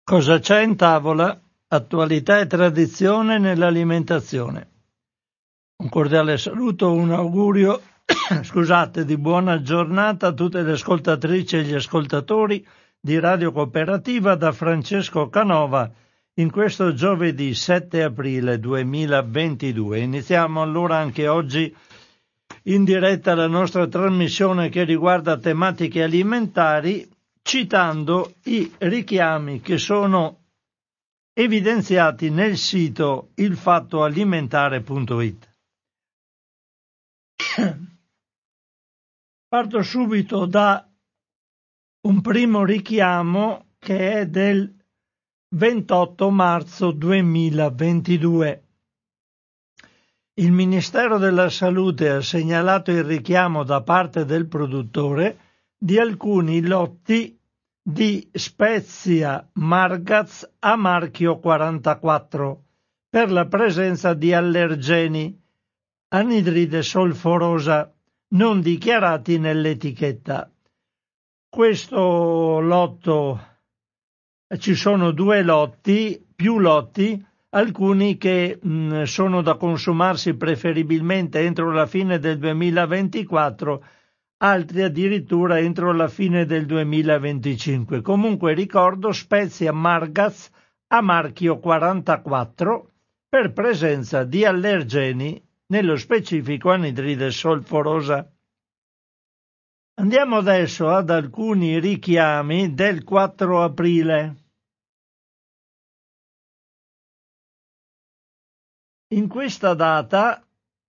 Cosa c'è in tavola? Attualità e tradizione nell'alimentazione. Un cordiale saluto, un augurio, di buona giornata a tutte le ascoltatrici e gli ascoltatori di Radio Cooperativa da Francesco Canova in questo giovedì 7 aprile 2022. Iniziamo allora anche oggi in diretta la nostra trasmissione che riguarda tematiche alimentari, citando i richiami che sono evidenziati nel sito ilfattoalimentare.it. Parto subito da un primo richiamo che è del 28 marzo 2022. Il Ministero della Salute ha segnalato il richiamo da parte del produttore di alcuni lotti di Spezia Margaz a marchio 44 per la presenza di allergeni anidride solforosa non dichiarati nell'etichetta. Questo lotto, ci sono più lotti, alcuni che sono da consumarsi preferibilmente entro la fine del 2024, altri addirittura entro la fine del 2025. Comunque ricordo Spezia Margaz a marchio 44 per presenza di allergeni, nello specifico anidride solforosa. Andiamo adesso ad alcuni richiami del 4 aprile. In questa data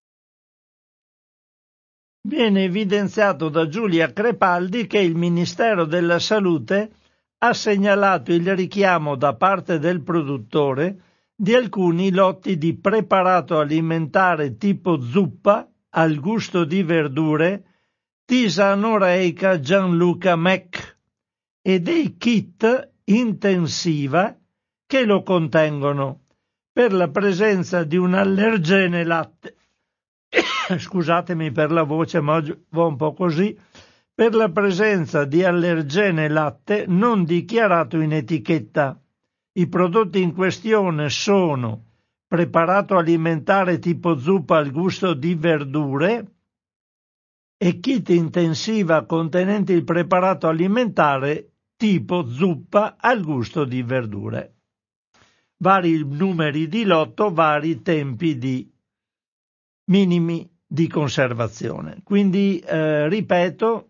viene evidenziato da Giulia Crepaldi che il Ministero della Salute ha segnalato il richiamo da parte del produttore di alcuni lotti di preparato alimentare tipo zuppa al gusto di verdure Tisanoreica Gianluca Mac e dei kit intensiva che lo contengono per la presenza di un allergene latte. Scusatemi per la voce, ma oggi va un po' così. Per la presenza di allergene latte non dichiarato in etichetta. I prodotti in questione sono preparato alimentare tipo zuppa al gusto di verdure e kit intensiva contenenti il preparato alimentare tipo zuppa al gusto di verdure. Vari numeri di lotto, vari tempi di minimi di conservazione. Quindi, ripeto,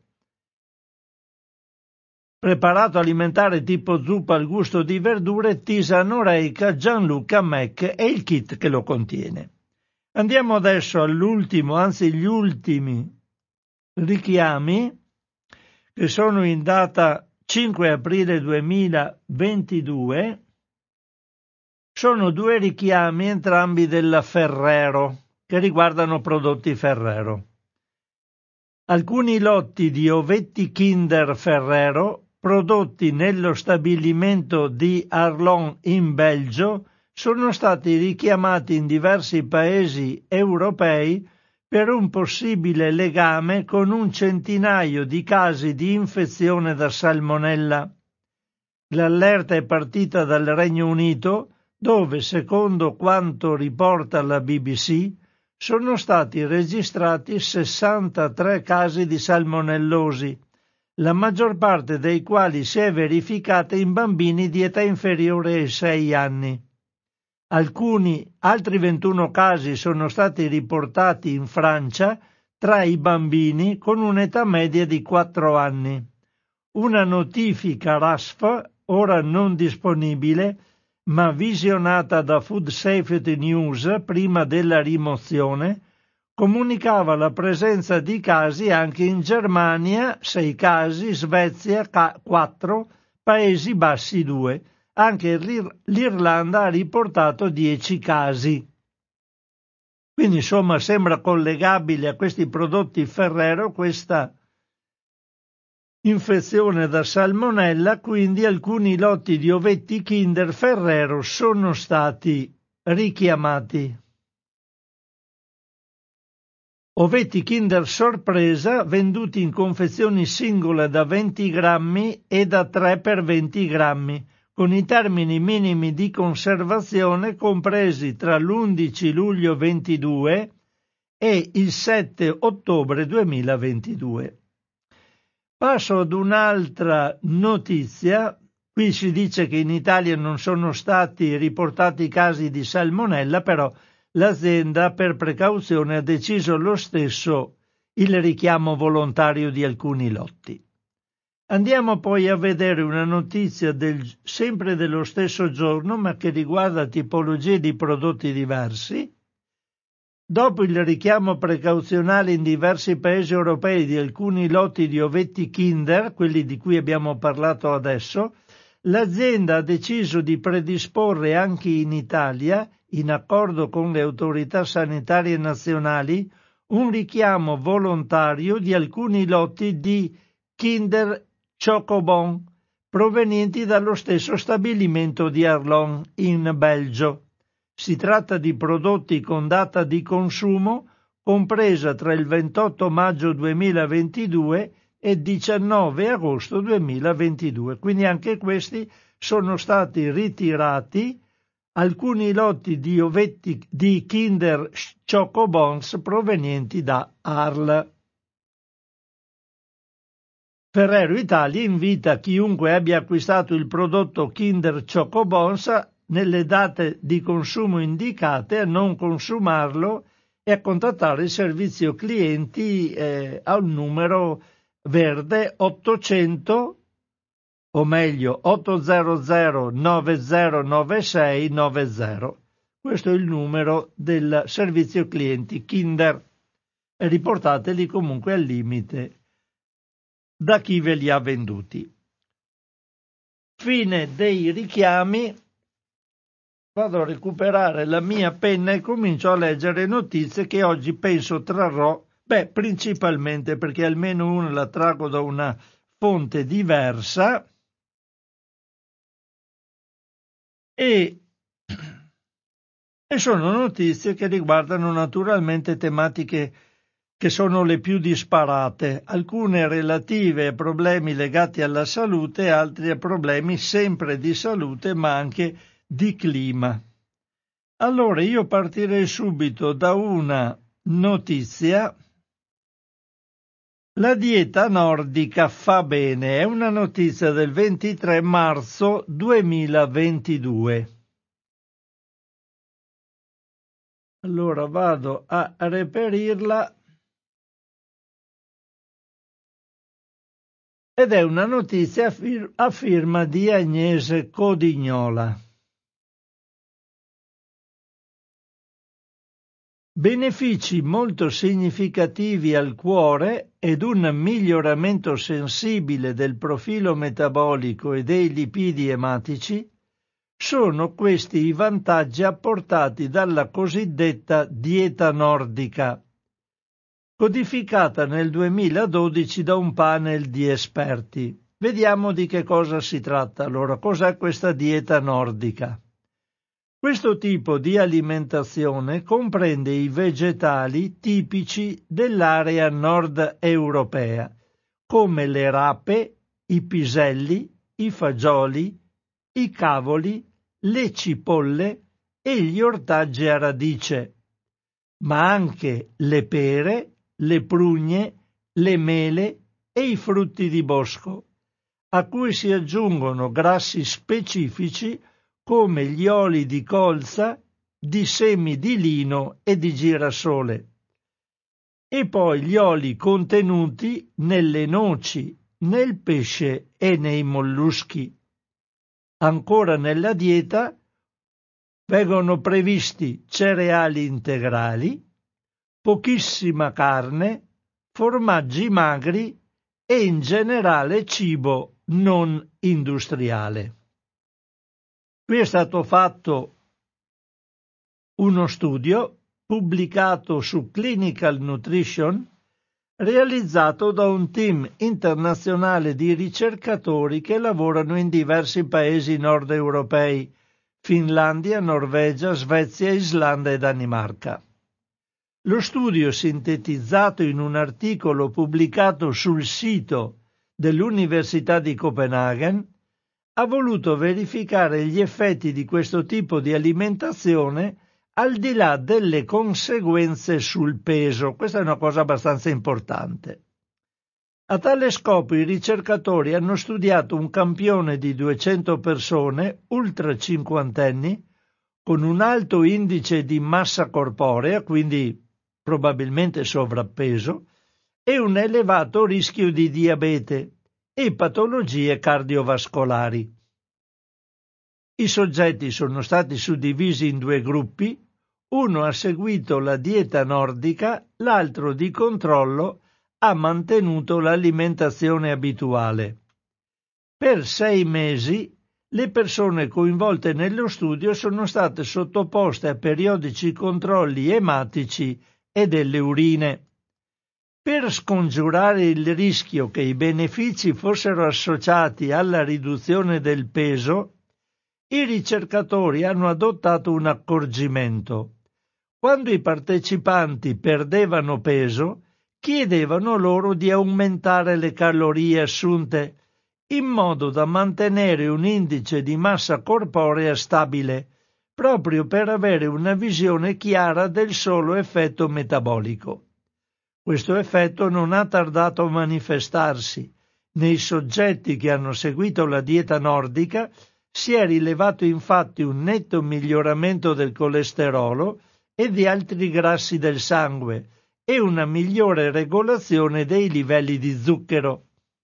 preparato alimentare tipo zuppa al gusto di verdure, Tisanoreica Gianluca Mac e il kit che lo contiene. Andiamo adesso gli ultimi richiami che sono in data 5 aprile 2022. Sono due richiami entrambi della Ferrero che riguardano prodotti Ferrero. Alcuni lotti di ovetti Kinder Ferrero prodotti nello stabilimento di Arlon in Belgio sono stati richiamati in diversi paesi europei per un possibile legame con un centinaio di casi di infezione da salmonella. L'allerta è partita dal Regno Unito, dove, secondo quanto riporta la BBC, sono stati registrati 63 casi di salmonellosi, la maggior parte dei quali si è verificata in bambini di età inferiore ai 6 anni. Altri 21 casi sono stati riportati in Francia tra i bambini con un'età media di 4 anni. Una notifica RASFF, ora non disponibile, ma visionata da Food Safety News prima della rimozione, comunicava la presenza di casi anche in Germania, 6 casi, Svezia 4, Paesi Bassi 2. Anche l'Irlanda ha riportato 10 casi. Quindi insomma sembra collegabile a questi prodotti Ferrero questa infezione da salmonella, quindi alcuni lotti di ovetti Kinder Ferrero sono stati richiamati. Ovetti Kinder Sorpresa venduti in confezioni singole da 20 grammi e da 3 per 20 grammi, con i termini minimi di conservazione compresi tra l'11 luglio 22 e il 7 ottobre 2022. Passo ad un'altra notizia. Qui si dice che in Italia non sono stati riportati casi di salmonella, però l'azienda per precauzione ha deciso lo stesso il richiamo volontario di alcuni lotti. Andiamo poi a vedere una notizia sempre dello stesso giorno, ma che riguarda tipologie di prodotti diversi. Dopo il richiamo precauzionale in diversi paesi europei di alcuni lotti di ovetti Kinder, quelli di cui abbiamo parlato adesso, l'azienda ha deciso di predisporre anche in Italia, in accordo con le autorità sanitarie nazionali, un richiamo volontario di alcuni lotti di Kinder Chocobon provenienti dallo stesso stabilimento di Arlon in Belgio. Si tratta di prodotti con data di consumo compresa tra il 28 maggio 2022 e 19 agosto 2022. Quindi anche questi sono stati ritirati alcuni lotti di ovetti di Kinder Chocobons provenienti da Arl. Ferrero Italia invita chiunque abbia acquistato il prodotto Kinder Chocobons nelle date di consumo indicate a non consumarlo e a contattare il servizio clienti al numero verde 800 o meglio 800 9096 90. Questo è il numero del servizio clienti Kinder e riportateli comunque al limite da chi ve li ha venduti. Fine dei richiami. Vado a recuperare la mia penna e comincio a leggere notizie che oggi penso trarrò, principalmente perché almeno una la traggo da una fonte diversa e sono notizie che riguardano naturalmente tematiche che sono le più disparate, alcune relative a problemi legati alla salute, altri a problemi sempre di salute ma anche di clima. Allora io partirei subito da una notizia. La dieta nordica fa bene, è una notizia del 23 marzo 2022. Allora vado a reperirla. Ed è una notizia a firma di Agnese Codignola. Benefici molto significativi al cuore ed un miglioramento sensibile del profilo metabolico e dei lipidi ematici sono questi i vantaggi apportati dalla cosiddetta dieta nordica, codificata nel 2012 da un panel di esperti. Vediamo di che cosa si tratta. Allora, cos'è questa dieta nordica? Questo tipo di alimentazione comprende i vegetali tipici dell'area nord europea, come le rape, i piselli, i fagioli, i cavoli, le cipolle e gli ortaggi a radice, ma anche le pere, le prugne, le mele e i frutti di bosco, a cui si aggiungono grassi specifici come gli oli di colza, di semi di lino e di girasole, e poi gli oli contenuti nelle noci, nel pesce e nei molluschi. Ancora nella dieta vengono previsti cereali integrali, pochissima carne, formaggi magri e in generale cibo non industriale. Qui è stato fatto uno studio pubblicato su Clinical Nutrition, realizzato da un team internazionale di ricercatori che lavorano in diversi paesi nord europei, Finlandia, Norvegia, Svezia, Islanda e Danimarca. Lo studio, sintetizzato in un articolo pubblicato sul sito dell'Università di Copenaghen, ha voluto verificare gli effetti di questo tipo di alimentazione al di là delle conseguenze sul peso. Questa è una cosa abbastanza importante. A tale scopo i ricercatori hanno studiato un campione di 200 persone ultra cinquantenni con un alto indice di massa corporea, quindi probabilmente sovrappeso, e un elevato rischio di diabete e patologie cardiovascolari. I soggetti sono stati suddivisi in due gruppi, uno ha seguito la dieta nordica, l'altro di controllo ha mantenuto l'alimentazione abituale. Per 6 mesi le persone coinvolte nello studio sono state sottoposte a periodici controlli ematici e delle urine. Per scongiurare il rischio che i benefici fossero associati alla riduzione del peso, i ricercatori hanno adottato un accorgimento. Quando i partecipanti perdevano peso, chiedevano loro di aumentare le calorie assunte in modo da mantenere un indice di massa corporea stabile, proprio per avere una visione chiara del solo effetto metabolico. Questo effetto non ha tardato a manifestarsi. Nei soggetti che hanno seguito la dieta nordica si è rilevato infatti un netto miglioramento del colesterolo e di altri grassi del sangue e una migliore regolazione dei livelli di zucchero.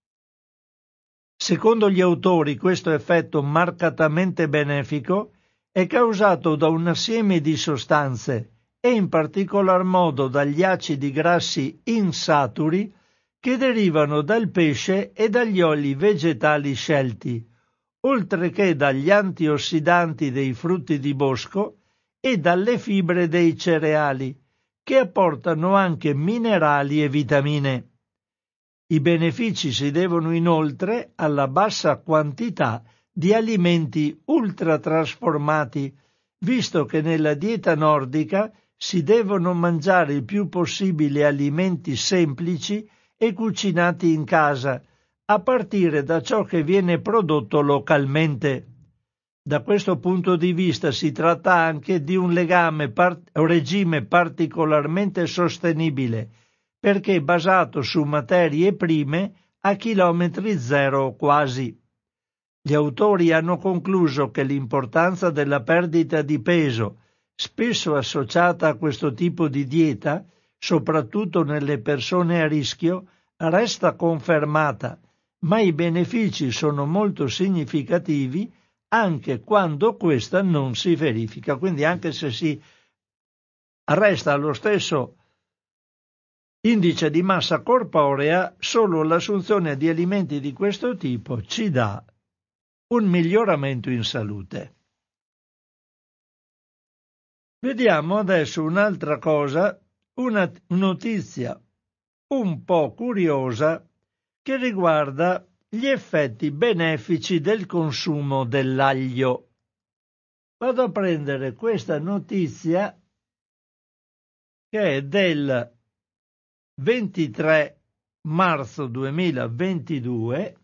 Secondo gli autori, questo effetto marcatamente benefico è causato da un assieme di sostanze e in particolar modo dagli acidi grassi insaturi che derivano dal pesce e dagli oli vegetali scelti, oltre che dagli antiossidanti dei frutti di bosco e dalle fibre dei cereali, che apportano anche minerali e vitamine. I benefici si devono inoltre alla bassa quantità di alimenti ultratrasformati, visto che nella dieta nordica si devono mangiare il più possibile alimenti semplici e cucinati in casa, a partire da ciò che viene prodotto localmente. Da questo punto di vista si tratta anche di un regime particolarmente sostenibile, perché basato su materie prime a chilometri zero quasi. Gli autori hanno concluso che l'importanza della perdita di peso, spesso associata a questo tipo di dieta, soprattutto nelle persone a rischio, resta confermata, ma i benefici sono molto significativi anche quando questa non si verifica. Quindi anche se si resta allo stesso indice di massa corporea, solo l'assunzione di alimenti di questo tipo ci dà un miglioramento in salute. Vediamo adesso un'altra cosa, una notizia un po' curiosa che riguarda gli effetti benefici del consumo dell'aglio. Vado a prendere questa notizia che è del 23 marzo 2022,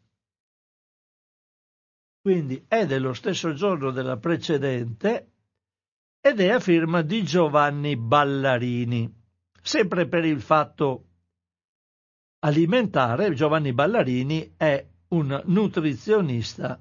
quindi è dello stesso giorno della precedente, ed è a firma di Giovanni Ballarini. Sempre per il fatto alimentare, Giovanni Ballarini è un nutrizionista.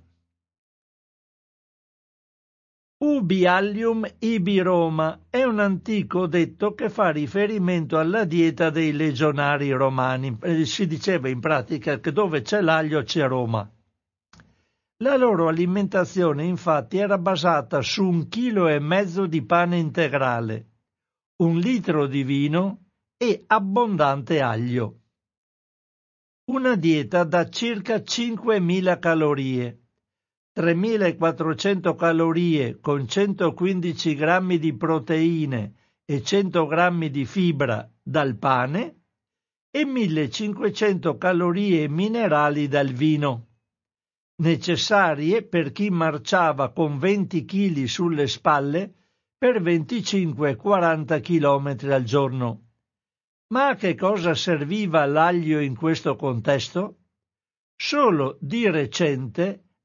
Ubi Allium ibi Roma è un antico detto che fa riferimento alla dieta dei legionari romani. Si diceva in pratica che dove c'è l'aglio c'è Roma. La loro alimentazione infatti era basata su 1,5 chili di pane integrale, 1 litro di vino e abbondante aglio. Una dieta da circa 5.000 calorie, 3.400 calorie con 115 grammi di proteine e 100 grammi di fibra dal pane e 1.500 calorie minerali dal vino, necessarie per chi marciava con 20 kg sulle spalle per 25-40 km al giorno. Ma a che cosa serviva l'aglio in questo contesto? Solo di recente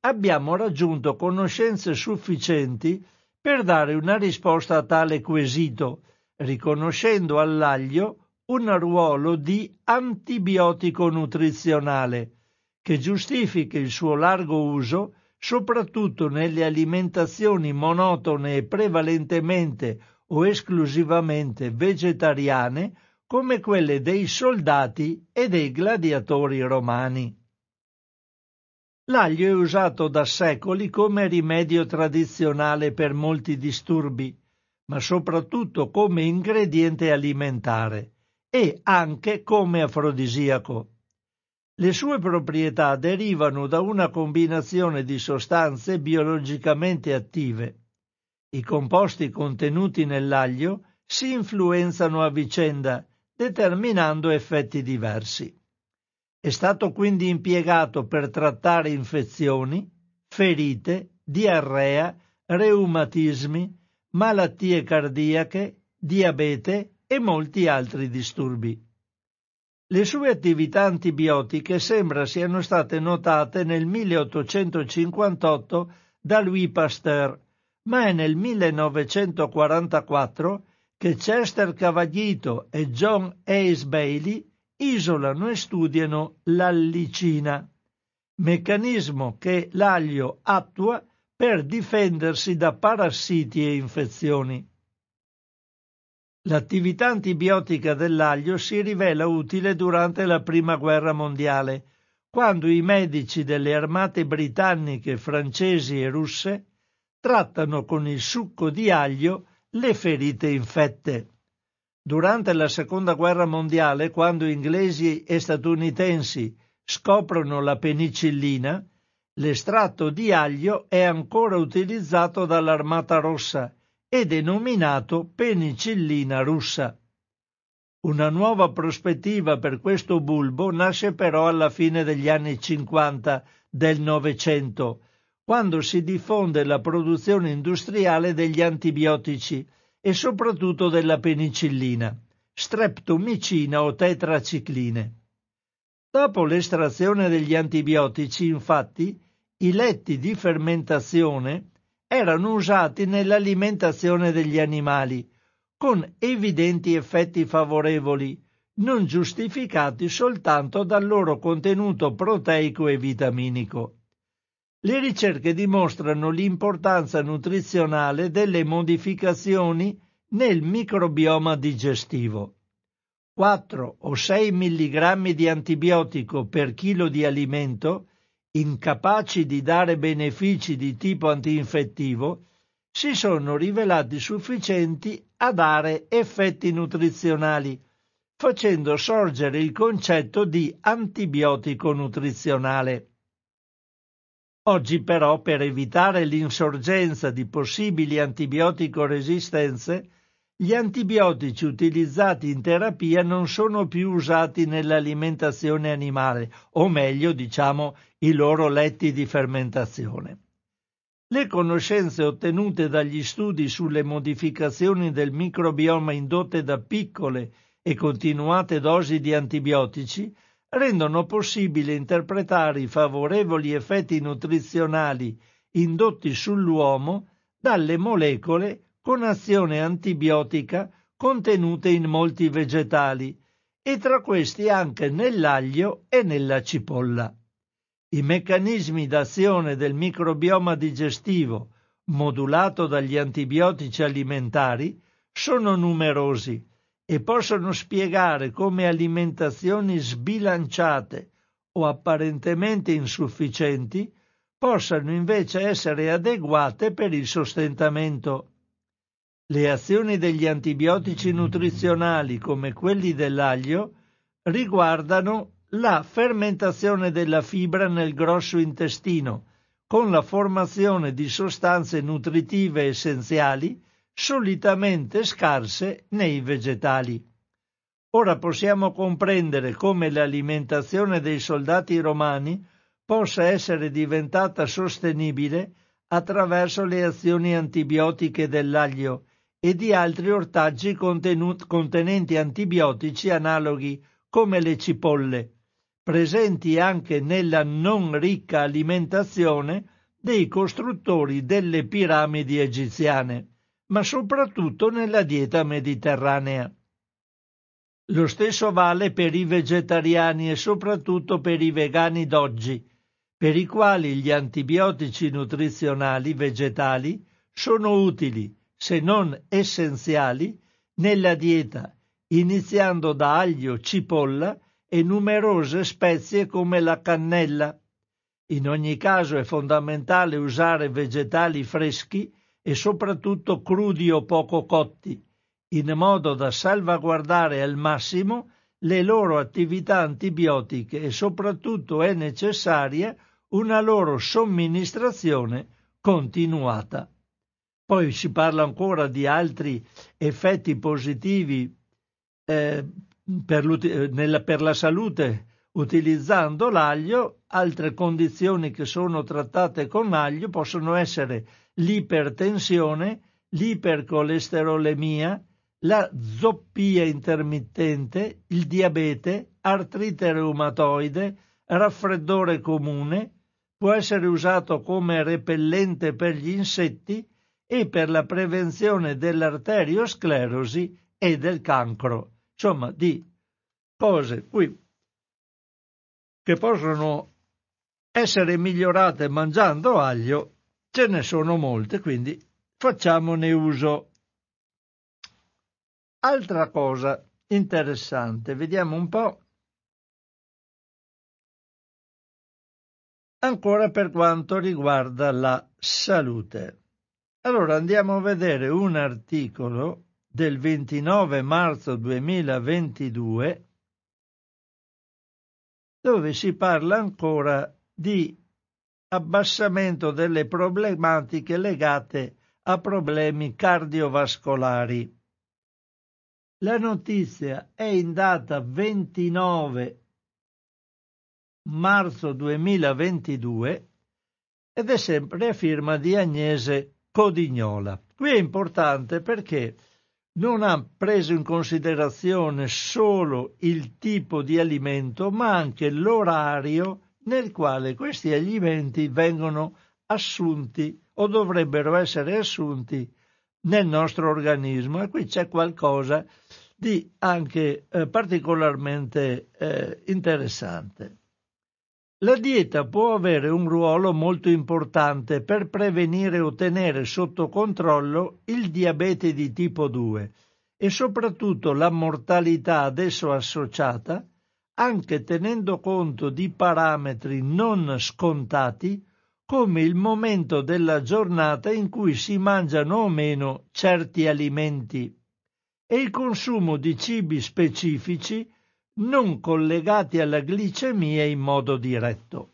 abbiamo raggiunto conoscenze sufficienti per dare una risposta a tale quesito, riconoscendo all'aglio un ruolo di antibiotico nutrizionale che giustifica il suo largo uso soprattutto nelle alimentazioni monotone e prevalentemente o esclusivamente vegetariane come quelle dei soldati e dei gladiatori romani. L'aglio è usato da secoli come rimedio tradizionale per molti disturbi, ma soprattutto come ingrediente alimentare e anche come afrodisiaco. Le sue proprietà derivano da una combinazione di sostanze biologicamente attive. I composti contenuti nell'aglio si influenzano a vicenda, determinando effetti diversi. È stato quindi impiegato per trattare infezioni, ferite, diarrea, reumatismi, malattie cardiache, diabete e molti altri disturbi. Le sue attività antibiotiche sembra siano state notate nel 1858 da Louis Pasteur, ma è nel 1944 che Chester Cavaglito e John Hayes Bailey isolano e studiano l'allicina, meccanismo che l'aglio attua per difendersi da parassiti e infezioni. L'attività antibiotica dell'aglio si rivela utile durante la Prima Guerra Mondiale, quando i medici delle armate britanniche, francesi e russe trattano con il succo di aglio le ferite infette. Durante la Seconda Guerra Mondiale, quando inglesi e statunitensi scoprono la penicillina, l'estratto di aglio è ancora utilizzato dall'Armata Rossa e denominato penicillina russa. Una nuova prospettiva per questo bulbo nasce però alla fine degli anni 50 del Novecento, quando si diffonde la produzione industriale degli antibiotici e soprattutto della penicillina, streptomicina o tetracicline. Dopo l'estrazione degli antibiotici, infatti, i letti di fermentazione erano usati nell'alimentazione degli animali, con evidenti effetti favorevoli, non giustificati soltanto dal loro contenuto proteico e vitaminico. Le ricerche dimostrano l'importanza nutrizionale delle modificazioni nel microbioma digestivo. 4 o 6 mg di antibiotico per chilo di alimento, incapaci di dare benefici di tipo antinfettivo, si sono rivelati sufficienti a dare effetti nutrizionali, facendo sorgere il concetto di antibiotico nutrizionale. Oggi però, per evitare l'insorgenza di possibili antibiotico-resistenze, gli antibiotici utilizzati in terapia non sono più usati nell'alimentazione animale, o meglio, diciamo, i loro letti di fermentazione. Le conoscenze ottenute dagli studi sulle modificazioni del microbioma indotte da piccole e continuate dosi di antibiotici rendono possibile interpretare i favorevoli effetti nutrizionali indotti sull'uomo dalle molecole con azione antibiotica contenute in molti vegetali, e tra questi anche nell'aglio e nella cipolla. I meccanismi d'azione del microbioma digestivo, modulato dagli antibiotici alimentari, sono numerosi e possono spiegare come alimentazioni sbilanciate o apparentemente insufficienti possano invece essere adeguate per il sostentamento. Le azioni degli antibiotici nutrizionali, come quelli dell'aglio, riguardano la fermentazione della fibra nel grosso intestino, con la formazione di sostanze nutritive essenziali solitamente scarse nei vegetali. Ora possiamo comprendere come l'alimentazione dei soldati romani possa essere diventata sostenibile attraverso le azioni antibiotiche dell'aglio e di altri ortaggi contenenti antibiotici analoghi come le cipolle, presenti anche nella non ricca alimentazione dei costruttori delle piramidi egiziane, ma soprattutto nella dieta mediterranea. Lo stesso vale per i vegetariani e soprattutto per i vegani d'oggi, per i quali gli antibiotici nutrizionali vegetali sono utili, se non essenziali, nella dieta, iniziando da aglio, cipolla e numerose spezie come la cannella. In ogni caso è fondamentale usare vegetali freschi e soprattutto crudi o poco cotti, in modo da salvaguardare al massimo le loro attività antibiotiche e soprattutto è necessaria una loro somministrazione continuata. Poi si parla ancora di altri effetti positivi per la salute utilizzando l'aglio. Altre condizioni che sono trattate con l'aglio possono essere l'ipertensione, l'ipercolesterolemia, la zoppia intermittente, il diabete, artrite reumatoide, raffreddore comune, può essere usato come repellente per gli insetti e per la prevenzione dell'arteriosclerosi e del cancro. Insomma, di cose qui che possono essere migliorate mangiando aglio, ce ne sono molte, quindi facciamone uso. Altra cosa interessante, vediamo un po'. Ancora per quanto riguarda la salute. Allora andiamo a vedere un articolo del 29 marzo 2022 dove si parla ancora di abbassamento delle problematiche legate a problemi cardiovascolari. La notizia è in data 29 marzo 2022 ed è sempre a firma di Agnese Codignola. Qui è importante perché non ha preso in considerazione solo il tipo di alimento, ma anche l'orario nel quale questi alimenti vengono assunti o dovrebbero essere assunti nel nostro organismo. E qui c'è qualcosa di anche particolarmente interessante. La dieta può avere un ruolo molto importante per prevenire o tenere sotto controllo il diabete di tipo 2 e soprattutto la mortalità ad esso associata, anche tenendo conto di parametri non scontati come il momento della giornata in cui si mangiano o meno certi alimenti e il consumo di cibi specifici non collegati alla glicemia in modo diretto.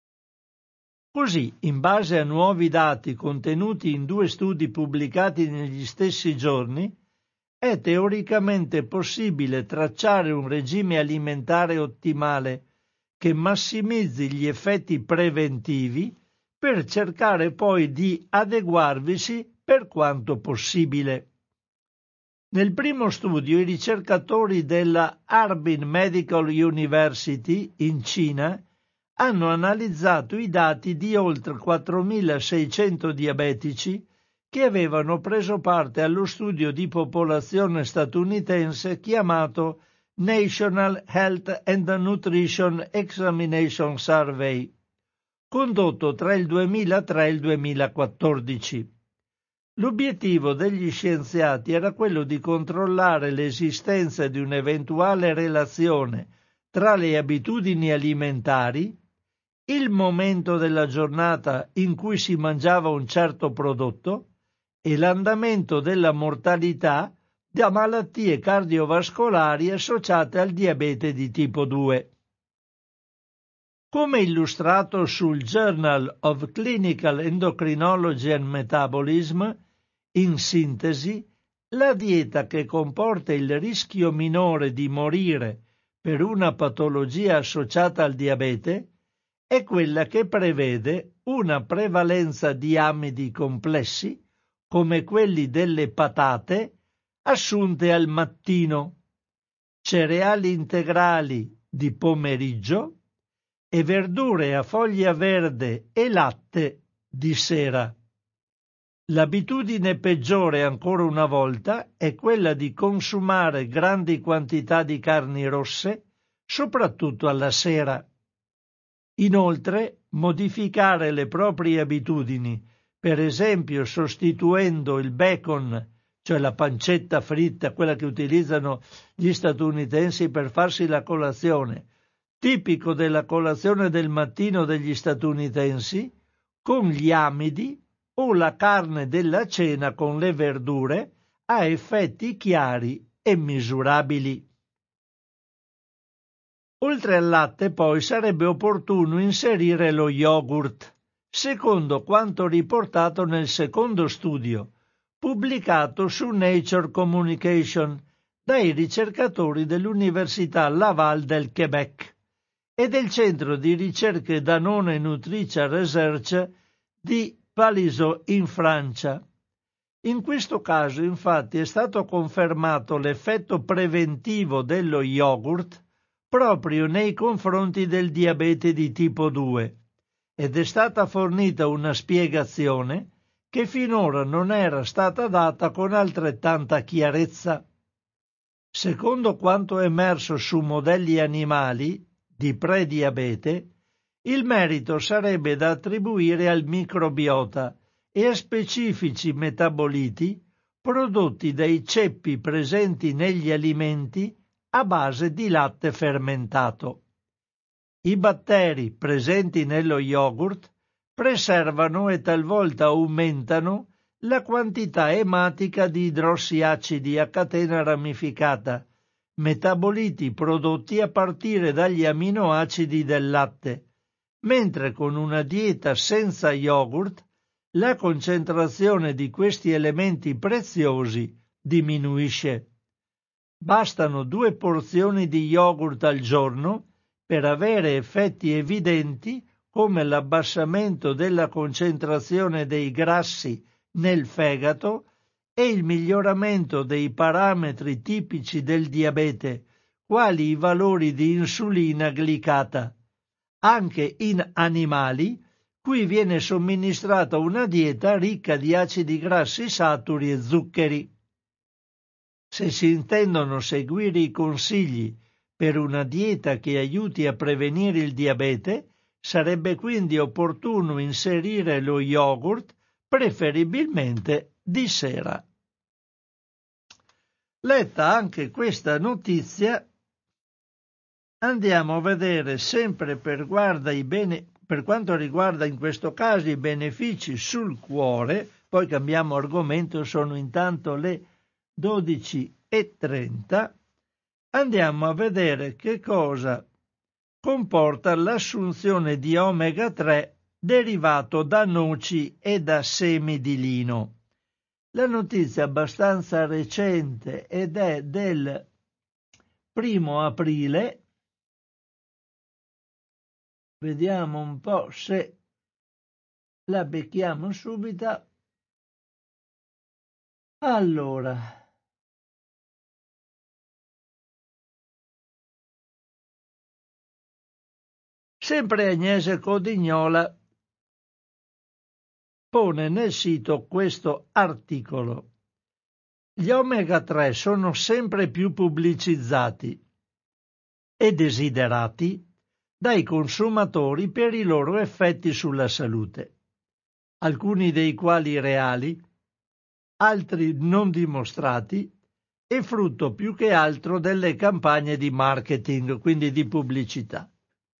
Così, in base a nuovi dati contenuti in 2 studi pubblicati negli stessi giorni, è teoricamente possibile tracciare un regime alimentare ottimale che massimizzi gli effetti preventivi per cercare poi di adeguarvisi per quanto possibile. Nel primo studio i ricercatori della Harbin Medical University in Cina hanno analizzato i dati di oltre 4.600 diabetici che avevano preso parte allo studio di popolazione statunitense chiamato National Health and Nutrition Examination Survey, condotto tra il 2003 e il 2014. L'obiettivo degli scienziati era quello di controllare l'esistenza di un'eventuale relazione tra le abitudini alimentari, il momento della giornata in cui si mangiava un certo prodotto e l'andamento della mortalità da malattie cardiovascolari associate al diabete di tipo 2. Come illustrato sul Journal of Clinical Endocrinology and Metabolism, in sintesi, la dieta che comporta il rischio minore di morire per una patologia associata al diabete è quella che prevede una prevalenza di amidi complessi, come quelli delle patate, assunte al mattino, cereali integrali di pomeriggio e verdure a foglia verde e latte di sera. L'abitudine peggiore, ancora una volta, è quella di consumare grandi quantità di carni rosse, soprattutto alla sera. Inoltre, modificare le proprie abitudini, per esempio sostituendo il bacon, cioè la pancetta fritta, quella che utilizzano gli statunitensi per farsi la colazione, tipico della colazione del mattino degli statunitensi, con gli amidi o la carne della cena con le verdure, ha effetti chiari e misurabili. Oltre al latte, poi, sarebbe opportuno inserire lo yogurt, secondo quanto riportato nel secondo studio, pubblicato su Nature Communication dai ricercatori dell'Università Laval del Québec e del Centro di Ricerche Danone Nutrition Research di Palaiseau in Francia. In questo caso, infatti, è stato confermato l'effetto preventivo dello yogurt proprio nei confronti del diabete di tipo 2 ed è stata fornita una spiegazione che finora non era stata data con altrettanta chiarezza. Secondo quanto emerso su modelli animali di prediabete, il merito sarebbe da attribuire al microbiota e a specifici metaboliti prodotti dai ceppi presenti negli alimenti a base di latte fermentato. I batteri presenti nello yogurt preservano e talvolta aumentano la quantità ematica di idrossiacidi a catena ramificata, metaboliti prodotti a partire dagli aminoacidi del latte, mentre con una dieta senza yogurt la concentrazione di questi elementi preziosi diminuisce. Bastano 2 porzioni di yogurt al giorno per avere effetti evidenti come l'abbassamento della concentrazione dei grassi nel fegato e il miglioramento dei parametri tipici del diabete, quali i valori di insulina glicata. Anche in animali, cui viene somministrata una dieta ricca di acidi grassi saturi e zuccheri. Se si intendono seguire i consigli per una dieta che aiuti a prevenire il diabete, sarebbe quindi opportuno inserire lo yogurt, preferibilmente di sera. Letta anche questa notizia, andiamo a vedere sempre per quanto riguarda in questo caso i benefici sul cuore. Poi cambiamo argomento, sono intanto le 12:30. Andiamo a vedere che cosa comporta l'assunzione di omega 3 derivato da noci e da semi di lino. La notizia è abbastanza recente ed è del 1 aprile. Vediamo un po' se la becchiamo subito. Allora, sempre Agnese Codignola pone nel sito questo articolo. Gli omega 3 sono sempre più pubblicizzati e desiderati dai consumatori per i loro effetti sulla salute, alcuni dei quali reali, altri non dimostrati e frutto più che altro delle campagne di marketing, quindi di pubblicità.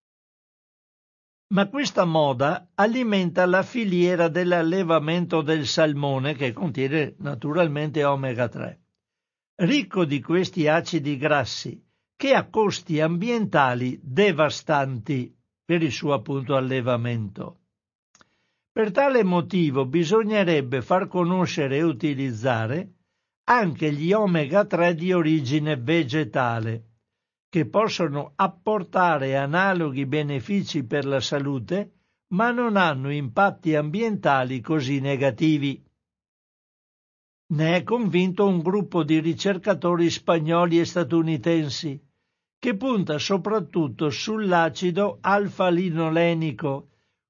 Ma questa moda alimenta la filiera dell'allevamento del salmone, che contiene naturalmente omega 3, ricco di questi acidi grassi che ha costi ambientali devastanti per il suo appunto allevamento. Per tale motivo bisognerebbe far conoscere e utilizzare anche gli omega 3 di origine vegetale, che possono apportare analoghi benefici per la salute, ma non hanno impatti ambientali così negativi. Ne è convinto un gruppo di ricercatori spagnoli e statunitensi, che punta soprattutto sull'acido alfa-linolenico,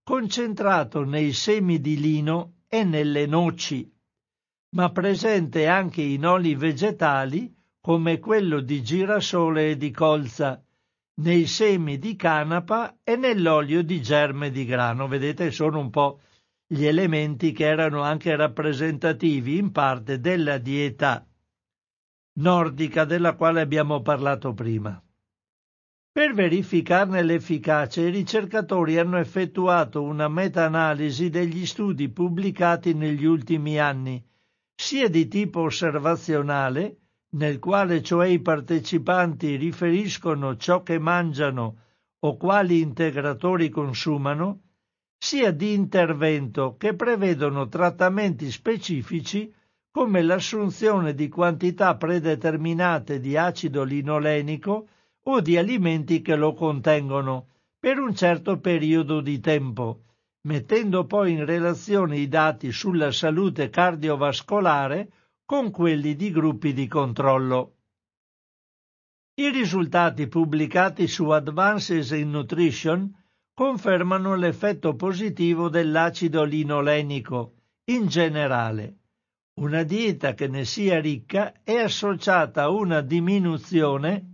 concentrato nei semi di lino e nelle noci, ma presente anche in oli vegetali come quello di girasole e di colza, nei semi di canapa e nell'olio di germe di grano. Vedete, sono un po' gli elementi che erano anche rappresentativi in parte della dieta nordica della quale abbiamo parlato prima. Per verificarne l'efficacia, i ricercatori hanno effettuato una meta-analisi degli studi pubblicati negli ultimi anni, sia di tipo osservazionale, nel quale cioè i partecipanti riferiscono ciò che mangiano o quali integratori consumano, sia di intervento che prevedono trattamenti specifici come l'assunzione di quantità predeterminate di acido linolenico o di alimenti che lo contengono per un certo periodo di tempo, mettendo poi in relazione i dati sulla salute cardiovascolare con quelli di gruppi di controllo. I risultati pubblicati su Advances in Nutrition confermano l'effetto positivo dell'acido linolenico in generale. Una dieta che ne sia ricca è associata a una diminuzione.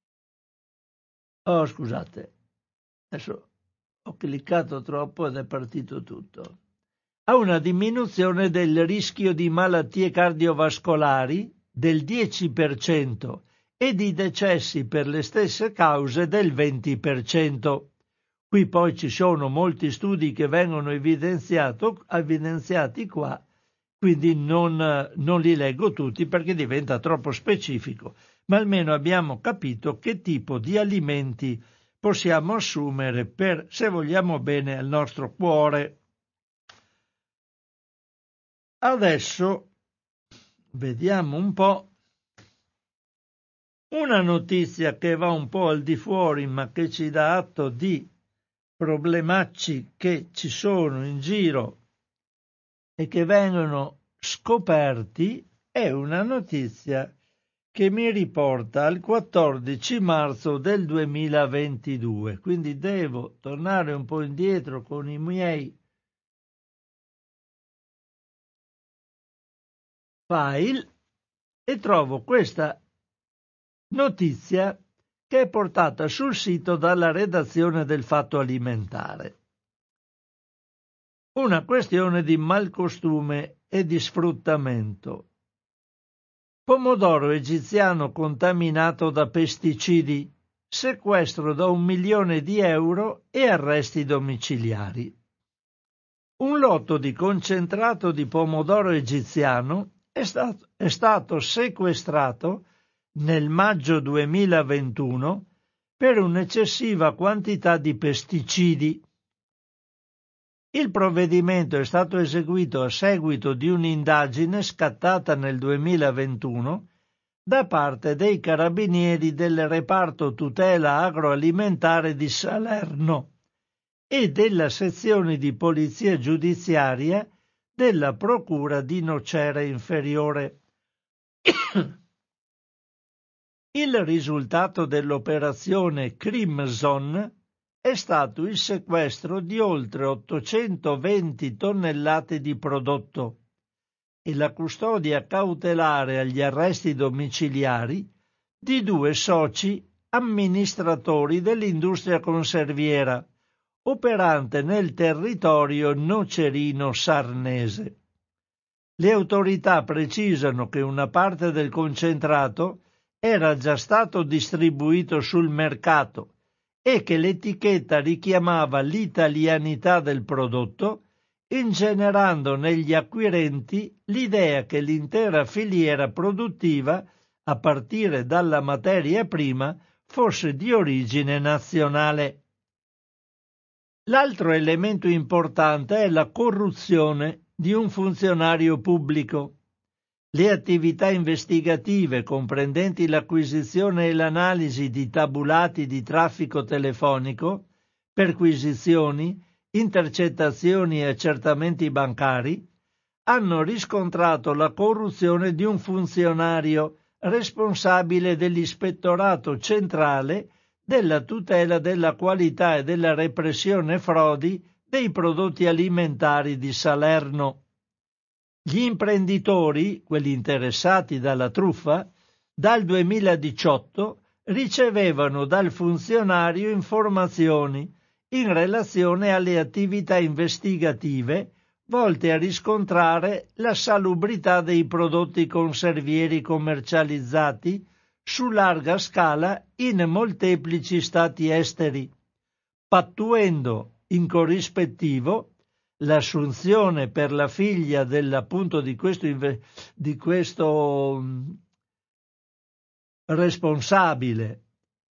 Oh, scusate, adesso ho cliccato troppo ed è partito tutto. A una diminuzione del rischio di malattie cardiovascolari del 10% e di decessi per le stesse cause del 20%. Qui poi ci sono molti studi che vengono evidenziati qua, quindi non li leggo tutti perché diventa troppo specifico, ma almeno abbiamo capito che tipo di alimenti possiamo assumere per, se vogliamo bene, al nostro cuore. Adesso vediamo un po' una notizia che va un po' al di fuori, ma che ci dà atto di problemacci che ci sono in giro e che vengono scoperti. È una notizia che mi riporta al 14 marzo del 2022, quindi devo tornare un po' indietro con i miei file e trovo questa notizia che è portata sul sito dalla redazione del Fatto Alimentare. Una questione di malcostume e di sfruttamento. Pomodoro egiziano contaminato da pesticidi, sequestro da 1 milione di euro e arresti domiciliari. Un lotto di concentrato di pomodoro egiziano è stato sequestrato nel maggio 2021 per un'eccessiva quantità di pesticidi. Il provvedimento è stato eseguito a seguito di un'indagine scattata nel 2021 da parte dei carabinieri del reparto tutela agroalimentare di Salerno e della sezione di polizia giudiziaria della procura di Nocera Inferiore. Il risultato dell'operazione Crimson è stato il sequestro di oltre 820 tonnellate di prodotto e la custodia cautelare agli arresti domiciliari di 2 soci amministratori dell'industria conserviera operante nel territorio nocerino-sarnese. Le autorità precisano che una parte del concentrato era già stato distribuito sul mercato e che l'etichetta richiamava l'italianità del prodotto, ingenerando negli acquirenti l'idea che l'intera filiera produttiva, a partire dalla materia prima, fosse di origine nazionale. L'altro elemento importante è la corruzione di un funzionario pubblico. Le attività investigative comprendenti l'acquisizione e l'analisi di tabulati di traffico telefonico, perquisizioni, intercettazioni e accertamenti bancari hanno riscontrato la corruzione di un funzionario responsabile dell'Ispettorato Centrale della tutela della qualità e della repressione frodi dei prodotti alimentari di Salerno. Gli imprenditori, quelli interessati dalla truffa, dal 2018 ricevevano dal funzionario informazioni in relazione alle attività investigative volte a riscontrare la salubrità dei prodotti conservieri commercializzati su larga scala in molteplici stati esteri, pattuendo in corrispettivo l'assunzione per la figlia appunto di questo responsabile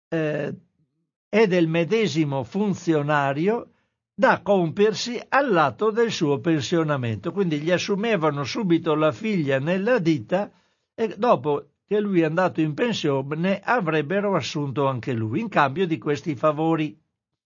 e del medesimo funzionario da compiersi all'atto del suo pensionamento. Quindi gli assumevano subito la figlia nella ditta e dopo che lui è andato in pensione avrebbero assunto anche lui in cambio di questi favori.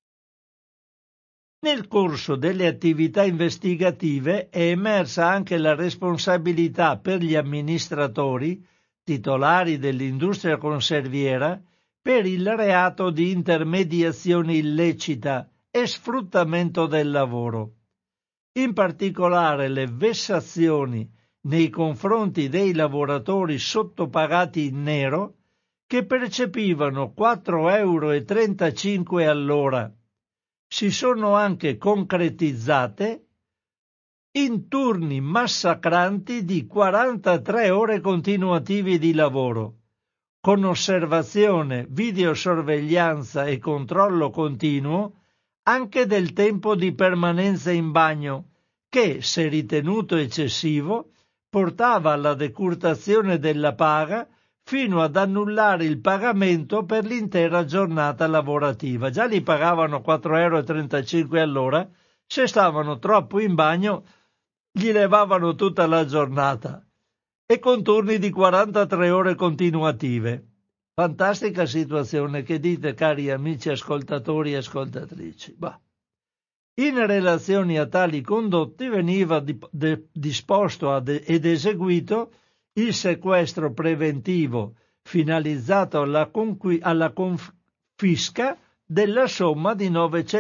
Nel corso delle attività investigative è emersa anche la responsabilità per gli amministratori, titolari dell'industria conserviera, per il reato di intermediazione illecita e sfruttamento del lavoro. In particolare le vessazioni nei confronti dei lavoratori sottopagati in nero che percepivano 4,35 € all'ora si sono anche concretizzate in turni massacranti di 43 ore continuativi di lavoro, con osservazione, videosorveglianza e controllo continuo anche del tempo di permanenza in bagno, che, se ritenuto eccessivo, portava alla decurtazione della paga fino ad annullare il pagamento per l'intera giornata lavorativa. Già li pagavano 4,35 € all'ora, se stavano troppo in bagno gli levavano tutta la giornata e con turni di 43 ore continuative. Fantastica situazione, che dite, cari amici ascoltatori e ascoltatrici? Bah. In relazione a tali condotti veniva disposto ed eseguito il sequestro preventivo finalizzato alla confisca della somma di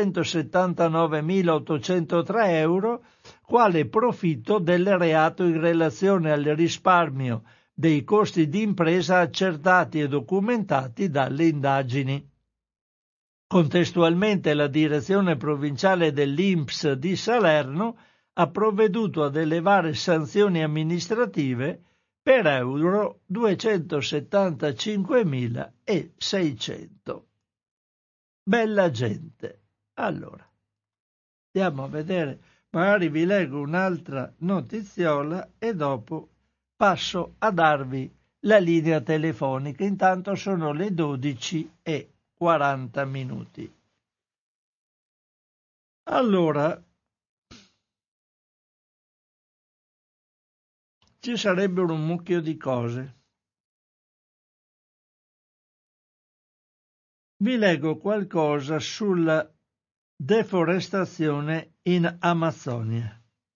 979.803 €, quale profitto del reato in relazione al risparmio dei costi di impresa accertati e documentati dalle indagini. Contestualmente la direzione provinciale dell'INPS di Salerno ha provveduto ad elevare sanzioni amministrative per euro 275.600. Bella gente. Allora, andiamo a vedere, magari vi leggo un'altra notiziola e dopo passo a darvi la linea telefonica. Intanto sono le 12:40. Allora, ci sarebbero un mucchio di cose. Vi leggo qualcosa sulla deforestazione in Amazzonia.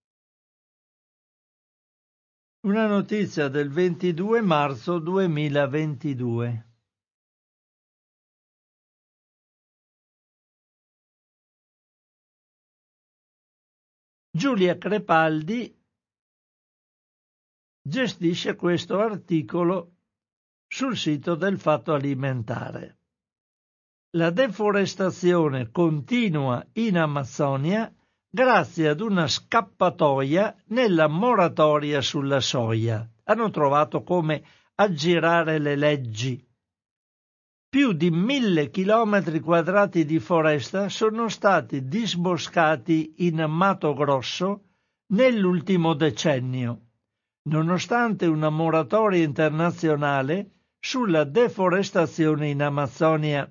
Una notizia del 22 marzo 2022. Giulia Crepaldi gestisce questo articolo sul sito del Fatto Alimentare. La deforestazione continua in Amazzonia grazie ad una scappatoia nella moratoria sulla soia. Hanno trovato come aggirare le leggi. Più di 1.000 chilometri quadrati di foresta sono stati disboscati in Mato Grosso nell'ultimo decennio, nonostante una moratoria internazionale sulla deforestazione in Amazzonia.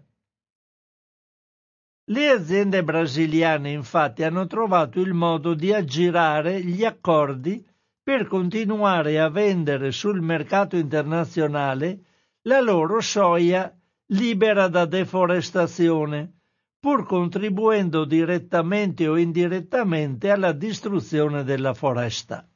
Le aziende brasiliane infatti hanno trovato il modo di aggirare gli accordi per continuare a vendere sul mercato internazionale la loro soia libera da deforestazione, pur contribuendo direttamente o indirettamente alla distruzione della foresta.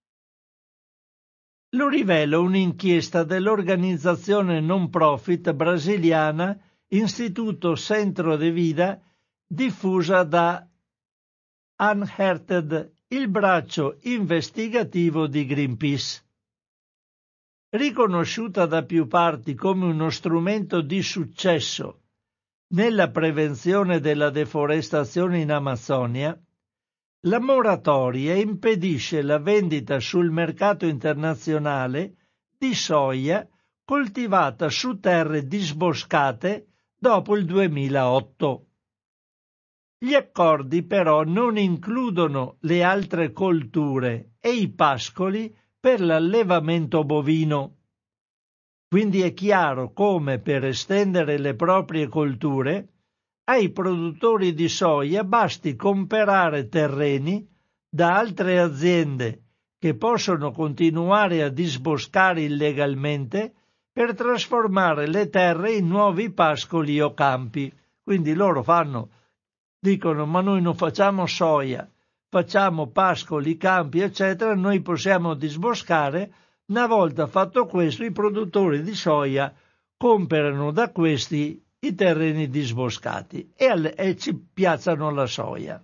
Lo rivela un'inchiesta dell'organizzazione non profit brasiliana Istituto Centro de Vida, diffusa da Unearthed, il braccio investigativo di Greenpeace. Riconosciuta da più parti come uno strumento di successo nella prevenzione della deforestazione in Amazzonia, la moratoria impedisce la vendita sul mercato internazionale di soia coltivata su terre disboscate dopo il 2008. Gli accordi però non includono le altre colture e i pascoli per l'allevamento bovino. Quindi è chiaro come per estendere le proprie colture ai produttori di soia basti comprare terreni da altre aziende che possono continuare a disboscare illegalmente per trasformare le terre in nuovi pascoli o campi. Quindi loro dicono: ma noi non facciamo soia, facciamo pascoli, campi, eccetera, noi possiamo disboscare. Una volta fatto questo, i produttori di soia comprano da questi i terreni disboscati e ci piazzano la soia.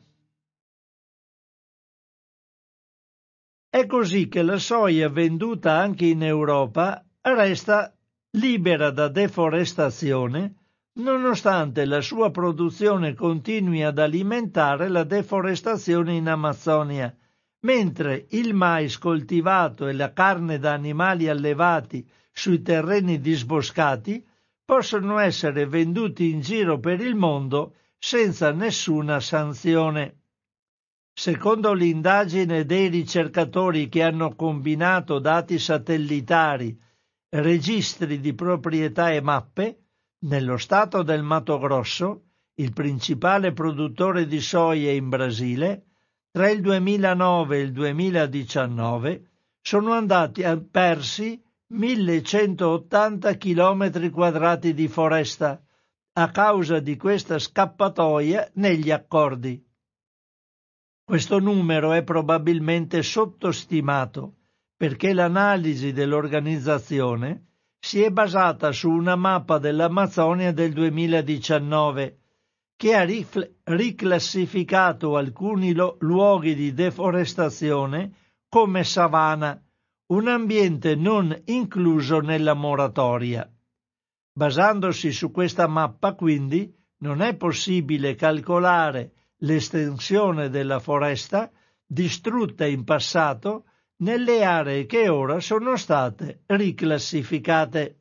È così che la soia venduta anche in Europa resta libera da deforestazione, nonostante la sua produzione continui ad alimentare la deforestazione in Amazzonia, mentre il mais coltivato e la carne da animali allevati sui terreni disboscati possono essere venduti in giro per il mondo senza nessuna sanzione. Secondo l'indagine dei ricercatori che hanno combinato dati satellitari, registri di proprietà e mappe, nello stato del Mato Grosso, il principale produttore di soia in Brasile, tra il 2009 e il 2019 sono andati persi 1180 km quadrati di foresta a causa di questa scappatoia negli accordi. Questo numero è probabilmente sottostimato perché l'analisi dell'organizzazione si è basata su una mappa dell'Amazzonia del 2019 che ha riclassificato alcuni luoghi di deforestazione come savana, un ambiente non incluso nella moratoria. Basandosi su questa mappa, quindi, non è possibile calcolare l'estensione della foresta distrutta in passato nelle aree che ora sono state riclassificate.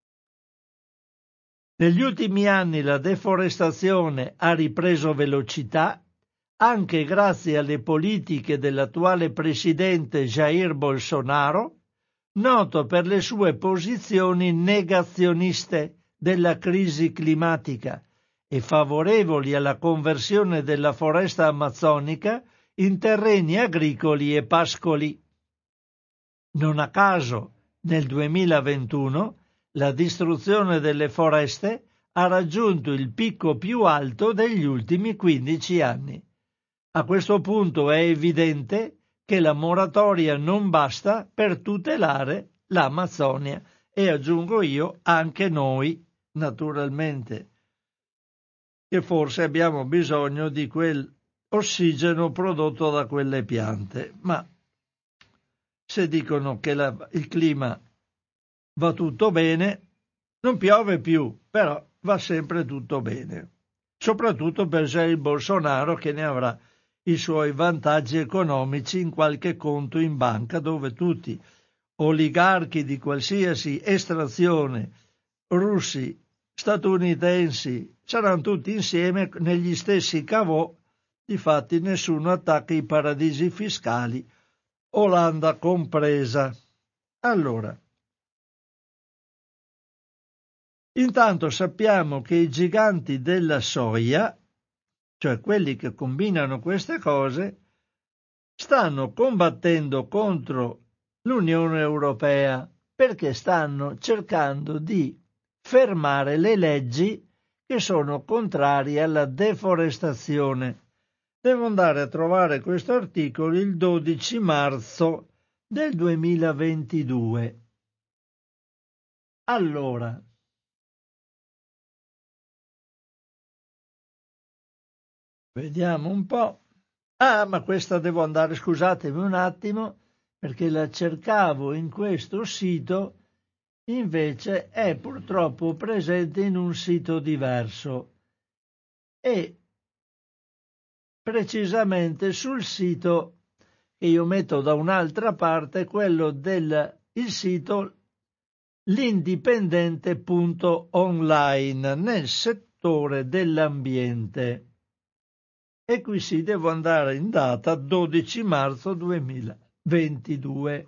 Negli ultimi anni la deforestazione ha ripreso velocità anche grazie alle politiche dell'attuale presidente Jair Bolsonaro, noto per le sue posizioni negazioniste della crisi climatica e favorevoli alla conversione della foresta amazzonica in terreni agricoli e pascoli. Non a caso, nel 2021, la distruzione delle foreste ha raggiunto il picco più alto degli ultimi 15 anni. A questo punto è evidente che la moratoria non basta per tutelare l'Amazzonia e, aggiungo io, anche noi, naturalmente, che forse abbiamo bisogno di quel ossigeno prodotto da quelle piante. Ma se dicono che il clima va tutto bene, non piove più, però va sempre tutto bene, soprattutto per Jair Bolsonaro, che ne avrà i suoi vantaggi economici in qualche conto in banca, dove tutti oligarchi di qualsiasi estrazione, russi, statunitensi, saranno tutti insieme negli stessi cavò. Difatti nessuno attacca i paradisi fiscali, Olanda compresa. Allora, intanto sappiamo che i giganti della soia, cioè quelli che combinano queste cose, stanno combattendo contro l'Unione Europea perché stanno cercando di fermare le leggi che sono contrarie alla deforestazione. Devo andare a trovare questo articolo il 12 marzo del 2022. Allora, vediamo un po'. Ah, ma questa devo andare, scusatemi un attimo, perché la cercavo in questo sito, invece è purtroppo presente in un sito diverso e precisamente sul sito che io metto da un'altra parte, quello del il sito l'indipendente.online nel settore dell'ambiente. E qui sì, devo andare in data 12 marzo 2022.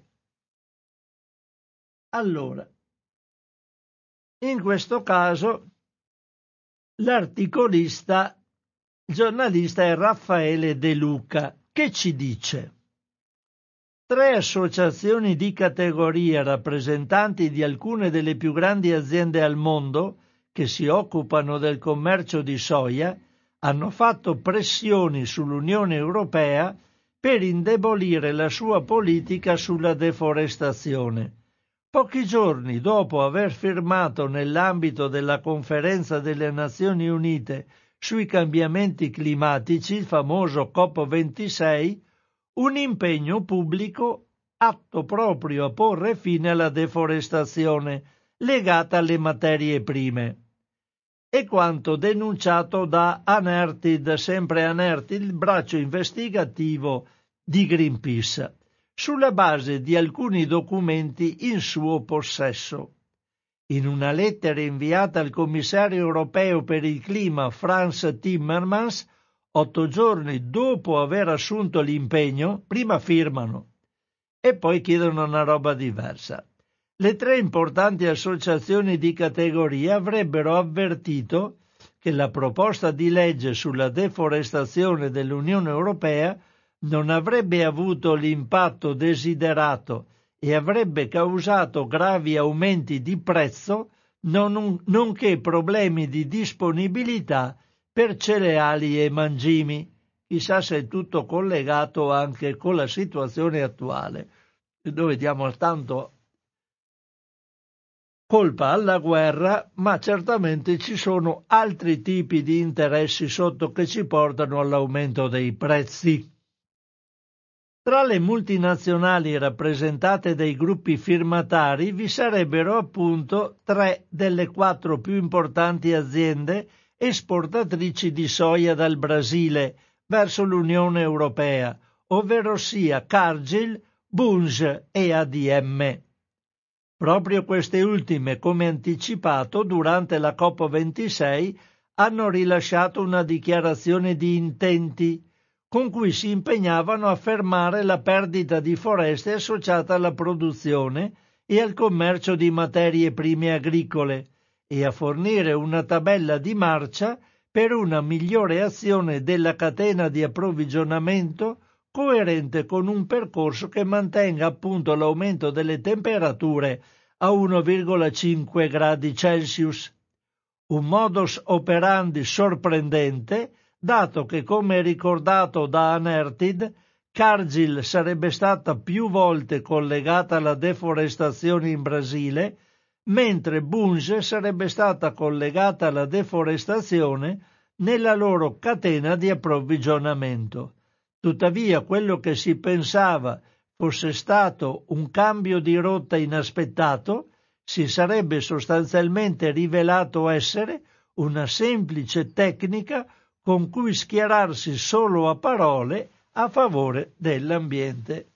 Allora, in questo caso l'articolista, giornalista è Raffaele De Luca, che ci dice: 3 associazioni di categoria rappresentanti di alcune delle più grandi aziende al mondo che si occupano del commercio di soia hanno fatto pressioni sull'Unione Europea per indebolire la sua politica sulla deforestazione. Pochi giorni dopo aver firmato nell'ambito della Conferenza delle Nazioni Unite sui cambiamenti climatici, il famoso COP26, un impegno pubblico atto proprio a porre fine alla deforestazione legata alle materie prime. È quanto denunciato da Anertid, sempre Anertid, il braccio investigativo di Greenpeace, sulla base di alcuni documenti in suo possesso. In una lettera inviata al commissario europeo per il clima Frans Timmermans, 8 giorni dopo aver assunto l'impegno, prima firmano e poi chiedono una roba diversa. Le 3 importanti associazioni di categoria avrebbero avvertito che la proposta di legge sulla deforestazione dell'Unione Europea non avrebbe avuto l'impatto desiderato e avrebbe causato gravi aumenti di prezzo, nonché problemi di disponibilità per cereali e mangimi. Chissà se è tutto collegato anche con la situazione attuale, dove diamo tanto colpa alla guerra, ma certamente ci sono altri tipi di interessi sotto che ci portano all'aumento dei prezzi. Tra le multinazionali rappresentate dai gruppi firmatari vi sarebbero appunto 3 delle 4 più importanti aziende esportatrici di soia dal Brasile verso l'Unione Europea, ovvero sia Cargill, Bunge e ADM. Proprio queste ultime, come anticipato, durante la COP26 hanno rilasciato una dichiarazione di intenti con cui si impegnavano a fermare la perdita di foreste associata alla produzione e al commercio di materie prime agricole e a fornire una tabella di marcia per una migliore azione della catena di approvvigionamento coerente con un percorso che mantenga appunto l'aumento delle temperature a 1,5 gradi Celsius. Un modus operandi sorprendente, dato che, come ricordato da Anertid, Cargill sarebbe stata più volte collegata alla deforestazione in Brasile, mentre Bunge sarebbe stata collegata alla deforestazione nella loro catena di approvvigionamento. Tuttavia, quello che si pensava fosse stato un cambio di rotta inaspettato si sarebbe sostanzialmente rivelato essere una semplice tecnica con cui schierarsi solo a parole a favore dell'ambiente.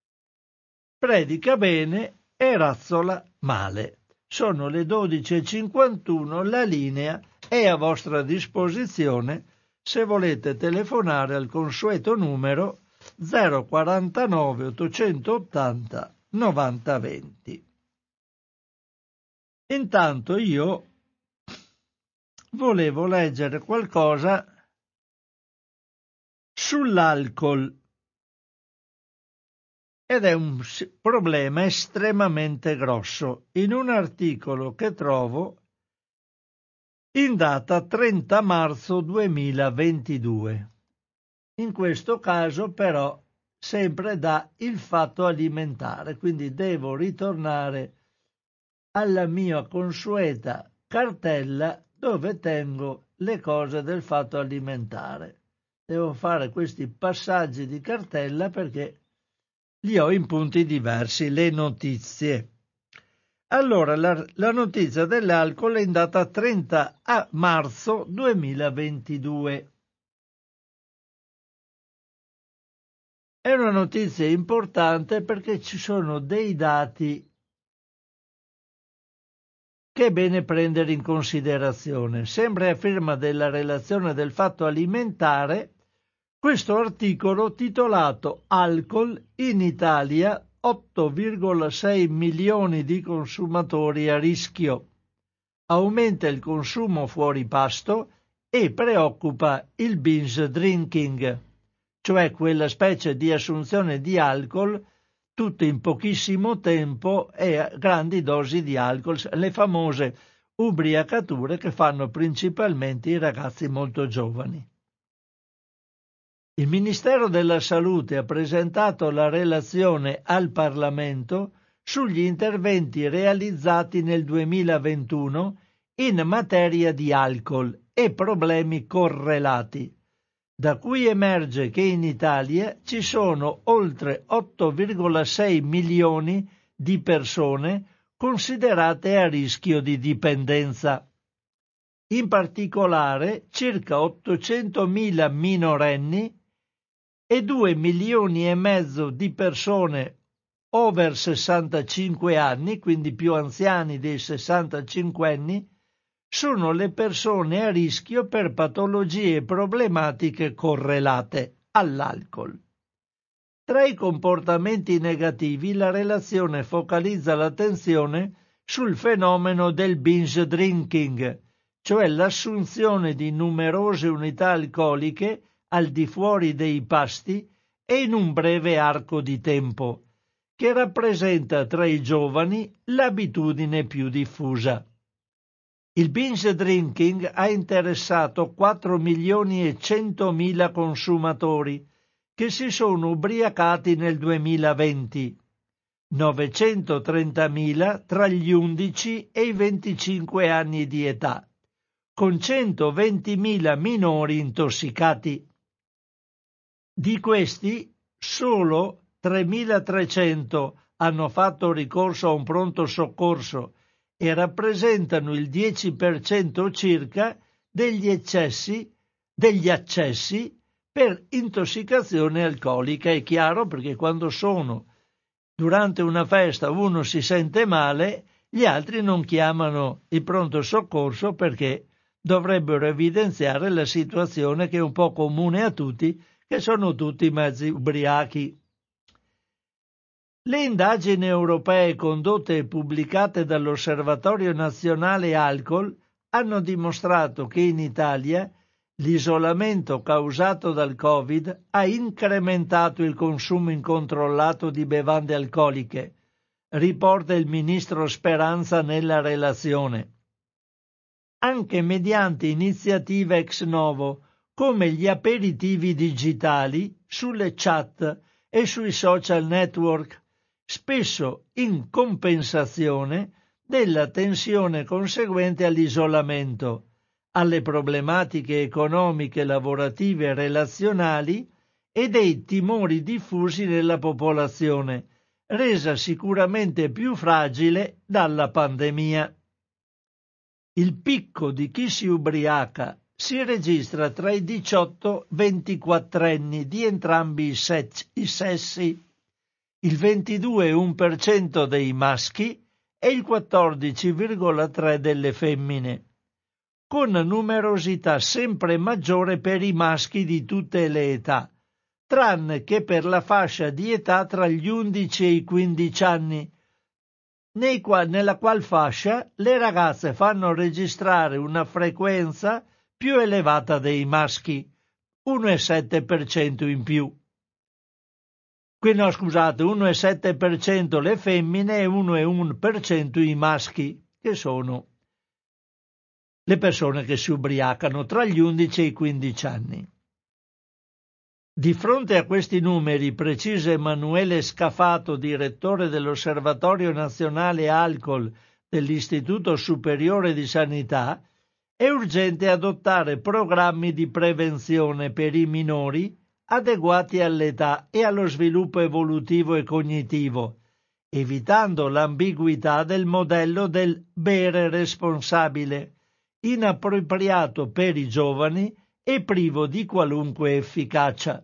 Predica bene e razzola male. Sono le 12:51, la linea è a vostra disposizione se volete telefonare al consueto numero 049 880 9020. Intanto io volevo leggere qualcosa sull'alcol ed è un problema estremamente grosso in un articolo che trovo in data 30 marzo 2022. In questo caso però sempre da Il Fatto Alimentare, quindi devo ritornare alla mia consueta cartella dove tengo le cose del Fatto Alimentare. devo fare questi passaggi di cartella perché li ho in punti diversi, le notizie. Allora, la notizia dell'alcol è in data 30 marzo 2022. È una notizia importante perché ci sono dei dati che è bene prendere in considerazione. Sempre a firma della relazione del fatto alimentare, questo articolo titolato Alcol in Italia 8,6 milioni di consumatori a rischio. Aumenta il consumo fuori pasto e preoccupa il binge drinking, cioè quella specie di assunzione di alcol tutto in pochissimo tempo e a grandi dosi di alcol, le famose ubriacature che fanno principalmente i ragazzi molto giovani. Il Ministero della Salute ha presentato la relazione al Parlamento sugli interventi realizzati nel 2021 in materia di alcol e problemi correlati, da cui emerge che in Italia ci sono oltre 8,6 milioni di persone considerate a rischio di dipendenza. In particolare, circa 800.000 minorenni e 2 milioni e mezzo di persone over 65 anni, quindi più anziani dei 65 anni, sono le persone a rischio per patologie problematiche correlate all'alcol. Tra i comportamenti negativi, la relazione focalizza l'attenzione sul fenomeno del binge drinking, cioè l'assunzione di numerose unità alcoliche al di fuori dei pasti e in un breve arco di tempo, che rappresenta tra i giovani l'abitudine più diffusa. Il binge drinking ha interessato 4 milioni e 100.000 consumatori che si sono ubriacati nel 2020, 930.000 tra gli 11 e i 25 anni di età, con 120.000 minori intossicati. Di questi, solo 3.300 hanno fatto ricorso a un pronto soccorso e rappresentano il 10% circa degli accessi per intossicazione alcolica. È chiaro, perché quando durante una festa uno si sente male, gli altri non chiamano il pronto soccorso perché dovrebbero evidenziare la situazione che è un po' comune a tutti, che sono tutti mezzi ubriachi. Le indagini europee condotte e pubblicate dall'Osservatorio Nazionale Alcol hanno dimostrato che in Italia l'isolamento causato dal Covid ha incrementato il consumo incontrollato di bevande alcoliche, riporta il ministro Speranza nella relazione. Anche mediante iniziative ex novo, come gli aperitivi digitali, sulle chat e sui social network, spesso in compensazione della tensione conseguente all'isolamento, alle problematiche economiche, lavorative e relazionali e dei timori diffusi nella popolazione, resa sicuramente più fragile dalla pandemia. Il picco di chi si ubriaca si registra tra i 18 e 24 anni di entrambi i sessi, il 22,1% dei maschi e il 14,3% delle femmine, con numerosità sempre maggiore per i maschi di tutte le età, tranne che per la fascia di età tra gli 11 e i 15 anni, nella qual fascia le ragazze fanno registrare una frequenza più elevata dei maschi, 1,7% in più. 1,7% le femmine e 1,1% i maschi, che sono le persone che si ubriacano tra gli 11 e i 15 anni. Di fronte a questi numeri, precisa Emanuele Scafato, direttore dell'Osservatorio Nazionale Alcol dell'Istituto Superiore di Sanità, è urgente adottare programmi di prevenzione per i minori adeguati all'età e allo sviluppo evolutivo e cognitivo, evitando l'ambiguità del modello del bere responsabile, inappropriato per i giovani e privo di qualunque efficacia.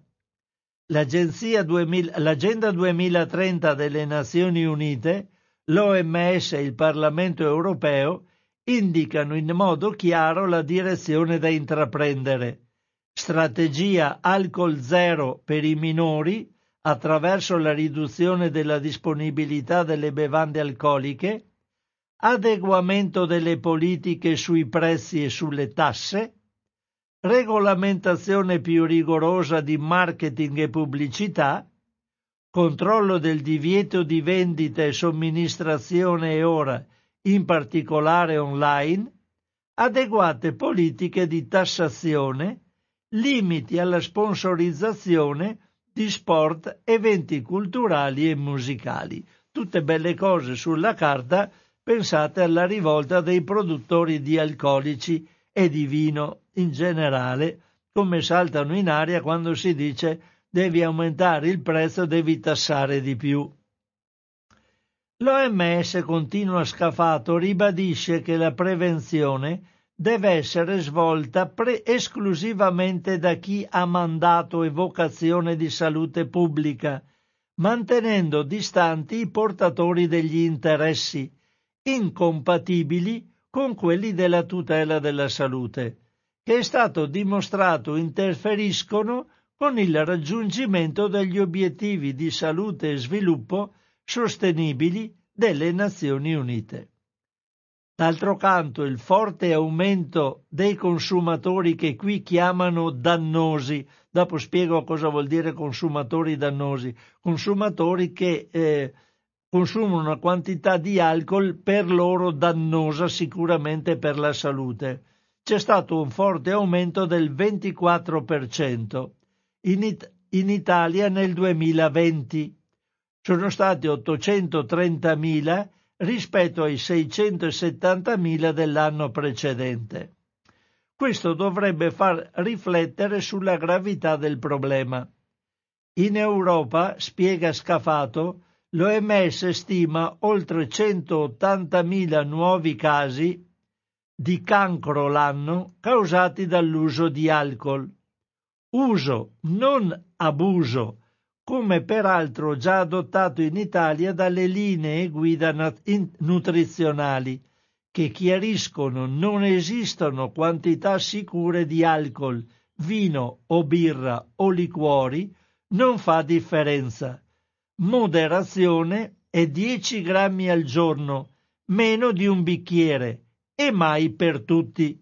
L'Agenda 2030 delle Nazioni Unite, l'OMS e il Parlamento europeo indicano in modo chiaro la direzione da intraprendere. Strategia alcol zero per i minori attraverso la riduzione della disponibilità delle bevande alcoliche, adeguamento delle politiche sui prezzi e sulle tasse, regolamentazione più rigorosa di marketing e pubblicità, controllo del divieto di vendita e somministrazione e ora, in particolare online, adeguate politiche di tassazione, limiti alla sponsorizzazione di sport, eventi culturali e musicali. Tutte belle cose sulla carta, pensate alla rivolta dei produttori di alcolici e di vino in generale, come saltano in aria quando si dice devi aumentare il prezzo, devi tassare di più. L'OMS, continua Scafato, ribadisce che la prevenzione deve essere svolta esclusivamente da chi ha mandato e vocazione di salute pubblica, mantenendo distanti i portatori degli interessi, incompatibili con quelli della tutela della salute, che è stato dimostrato interferiscono con il raggiungimento degli obiettivi di salute e sviluppo sostenibili delle Nazioni Unite. D'altro canto, il forte aumento dei consumatori che qui chiamano dannosi, dopo spiego cosa vuol dire consumatori dannosi, consumatori che consumano una quantità di alcol per loro dannosa sicuramente per la salute. C'è stato un forte aumento del 24% in Italia nel 2020. Sono stati 830.000 rispetto ai 670.000 dell'anno precedente. Questo dovrebbe far riflettere sulla gravità del problema. In Europa, spiega Scafato, l'OMS stima oltre 180.000 nuovi casi di cancro l'anno causati dall'uso di alcol. Uso, non abuso, come peraltro già adottato in Italia dalle linee guida nutrizionali, che chiariscono non esistono quantità sicure di alcol, vino o birra o liquori, non fa differenza. Moderazione è 10 grammi al giorno, meno di un bicchiere, e mai per tutti.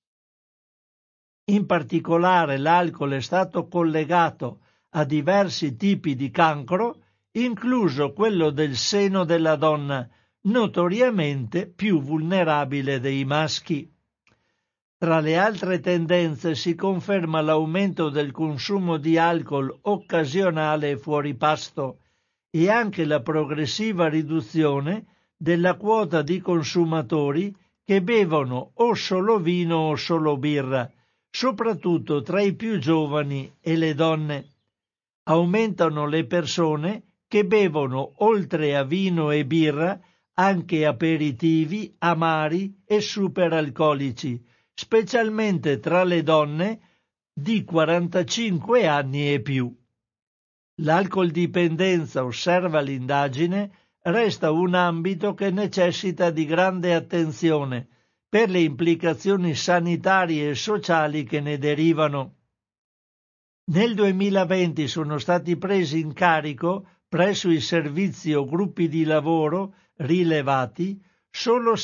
In particolare l'alcol è stato collegato a diversi tipi di cancro, incluso quello del seno della donna, notoriamente più vulnerabile dei maschi. Tra le altre tendenze si conferma l'aumento del consumo di alcol occasionale e fuori pasto e anche la progressiva riduzione della quota di consumatori che bevono o solo vino o solo birra, soprattutto tra i più giovani e le donne. Aumentano le persone che bevono oltre a vino e birra anche aperitivi, amari e superalcolici, specialmente tra le donne di 45 anni e più. L'alcol dipendenza, osserva l'indagine, resta un ambito che necessita di grande attenzione per le implicazioni sanitarie e sociali che ne derivano. Nel 2020 sono stati presi in carico presso i servizi o gruppi di lavoro rilevati solo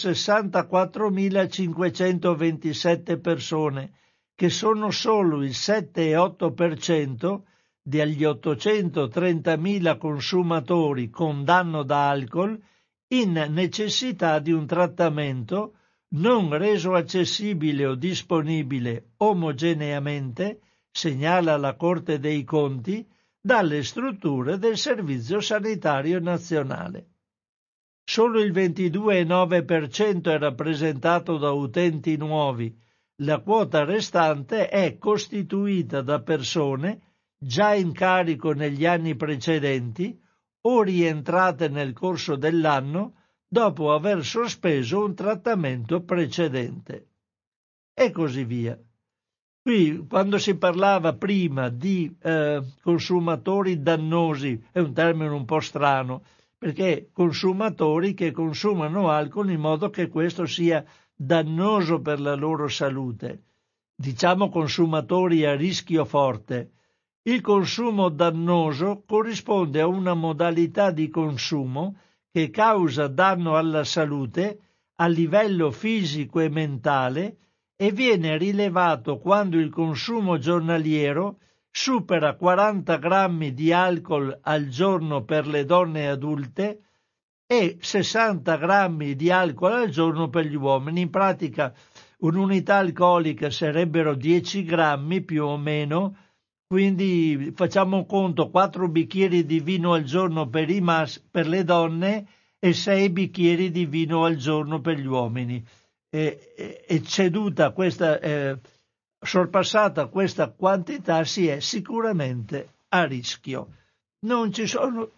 64.527 persone, che sono solo il 7,8% degli 830.000 consumatori con danno da alcol in necessità di un trattamento non reso accessibile o disponibile omogeneamente, segnala la Corte dei Conti, dalle strutture del Servizio Sanitario Nazionale. Solo il 22,9% è rappresentato da utenti nuovi, La quota restante è costituita da persone già in carico negli anni precedenti o rientrate nel corso dell'anno dopo aver sospeso un trattamento precedente. E così via. Qui, quando si parlava prima di consumatori dannosi, è un termine un po' strano, perché consumatori che consumano alcol in modo che questo sia dannoso per la loro salute. Diciamo consumatori a rischio forte. Il consumo dannoso corrisponde a una modalità di consumo che causa danno alla salute a livello fisico e mentale e viene rilevato quando il consumo giornaliero supera 40 grammi di alcol al giorno per le donne adulte e 60 grammi di alcol al giorno per gli uomini. In pratica un'unità alcolica sarebbero 10 grammi più o meno, quindi facciamo un conto: 4 bicchieri di vino al giorno per le donne e 6 bicchieri di vino al giorno per gli uomini. Ecceduta questa, sorpassata questa quantità, si è sicuramente a rischio. Non ci sono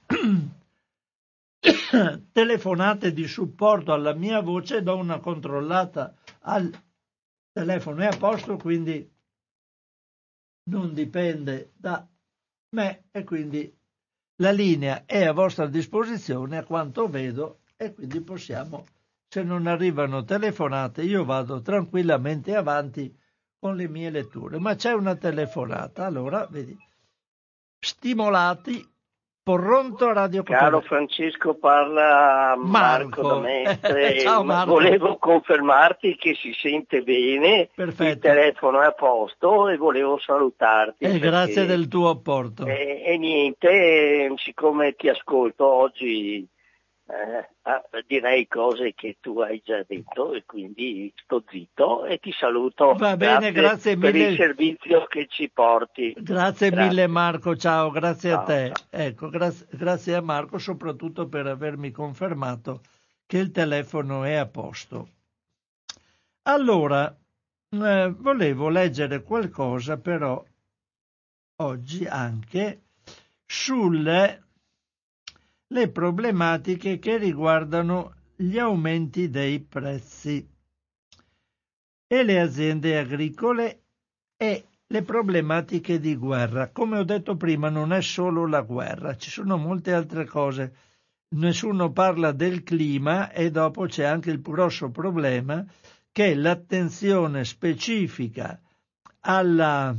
telefonate di supporto alla mia voce, do una controllata al telefono, è a posto, quindi non dipende da me e quindi la linea è a vostra disposizione a quanto vedo, e quindi possiamo, se non arrivano telefonate, io vado tranquillamente avanti con le mie letture. Ma c'è una telefonata, allora vedi, stimolati. Pronto, Radio Cooperativa. Caro Francesco, parla Marco da Mestre. Ciao Marco. Volevo confermarti che si sente bene. Perfetto. Il telefono è a posto e volevo salutarti. Grazie del tuo apporto. E niente, siccome ti ascolto oggi, direi cose che tu hai già detto e quindi sto zitto e ti saluto. Va bene, grazie mille per il servizio che ci porti. Grazie mille Marco, ciao, grazie ciao, a te. Ciao. Ecco, grazie a Marco soprattutto per avermi confermato che il telefono è a posto. Allora, volevo leggere qualcosa però oggi anche sulle le problematiche che riguardano gli aumenti dei prezzi e le aziende agricole e le problematiche di guerra. Come ho detto prima, non è solo la guerra, ci sono molte altre cose. Nessuno parla del clima e dopo c'è anche il grosso problema che l'attenzione specifica alla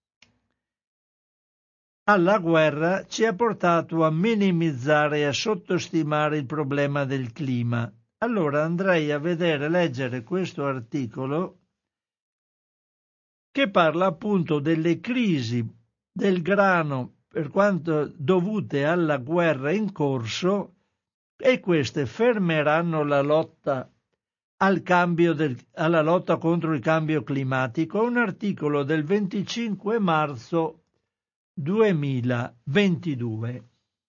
guerra ci ha portato a minimizzare e a sottostimare il problema del clima. Allora andrei a leggere questo articolo che parla appunto delle crisi del grano per quanto dovute alla guerra in corso, e queste fermeranno la lotta alla lotta contro il cambio climatico. Un articolo del 25 marzo 2022.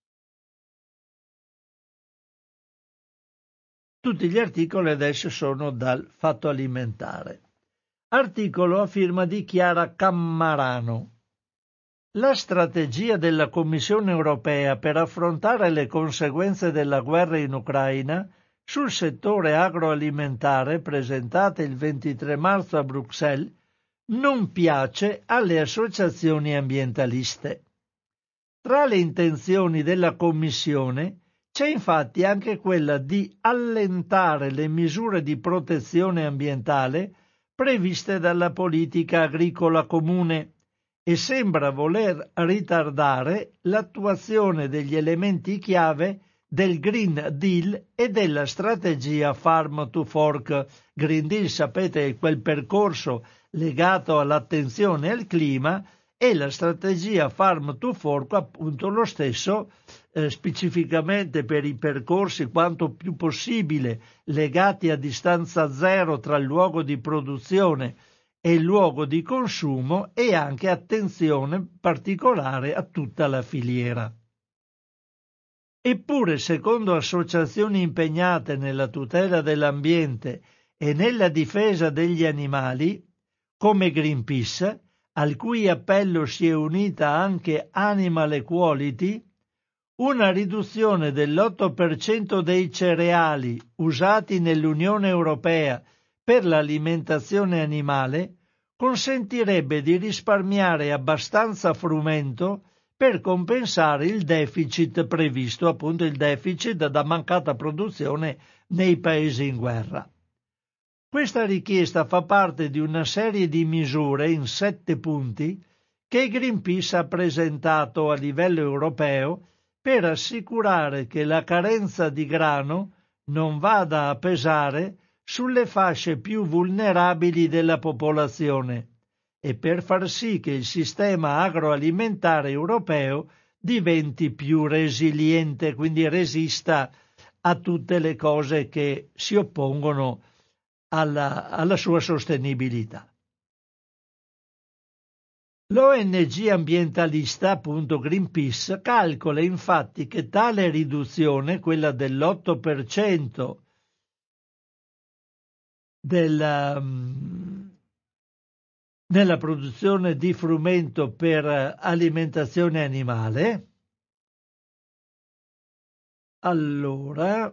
Tutti gli articoli adesso sono dal Fatto Alimentare. Articolo a firma di Chiara Cammarano. La strategia della Commissione europea per affrontare le conseguenze della guerra in Ucraina sul settore agroalimentare, presentata il 23 marzo a Bruxelles, non piace alle associazioni ambientaliste. Tra le intenzioni della Commissione c'è infatti anche quella di allentare le misure di protezione ambientale previste dalla politica agricola comune e sembra voler ritardare l'attuazione degli elementi chiave del Green Deal e della strategia Farm to Fork. Green Deal, sapete, è quel percorso legato all'attenzione al clima, e la strategia Farm to Fork appunto lo stesso, specificamente per i percorsi quanto più possibile legati a distanza zero tra il luogo di produzione e il luogo di consumo, e anche attenzione particolare a tutta la filiera. Eppure, secondo associazioni impegnate nella tutela dell'ambiente e nella difesa degli animali, come Greenpeace, al cui appello si è unita anche Animal Equality, una riduzione dell'8% dei cereali usati nell'Unione Europea per l'alimentazione animale consentirebbe di risparmiare abbastanza frumento per compensare il deficit previsto, appunto il deficit da mancata produzione nei paesi in guerra. Questa richiesta fa parte di una serie di misure in 7 punti che Greenpeace ha presentato a livello europeo per assicurare che la carenza di grano non vada a pesare sulle fasce più vulnerabili della popolazione e per far sì che il sistema agroalimentare europeo diventi più resiliente, quindi resista a tutte le cose che si oppongono alla sua sostenibilità. L'ONG ambientalista, appunto Greenpeace, calcola infatti che tale riduzione, quella dell'8% nella produzione di frumento per alimentazione animale, allora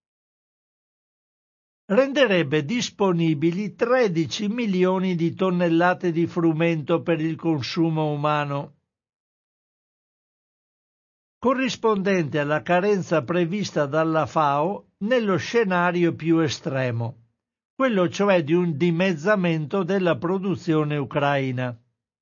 renderebbe disponibili 13 milioni di tonnellate di frumento per il consumo umano, corrispondente alla carenza prevista dalla FAO nello scenario più estremo, quello cioè di un dimezzamento della produzione ucraina.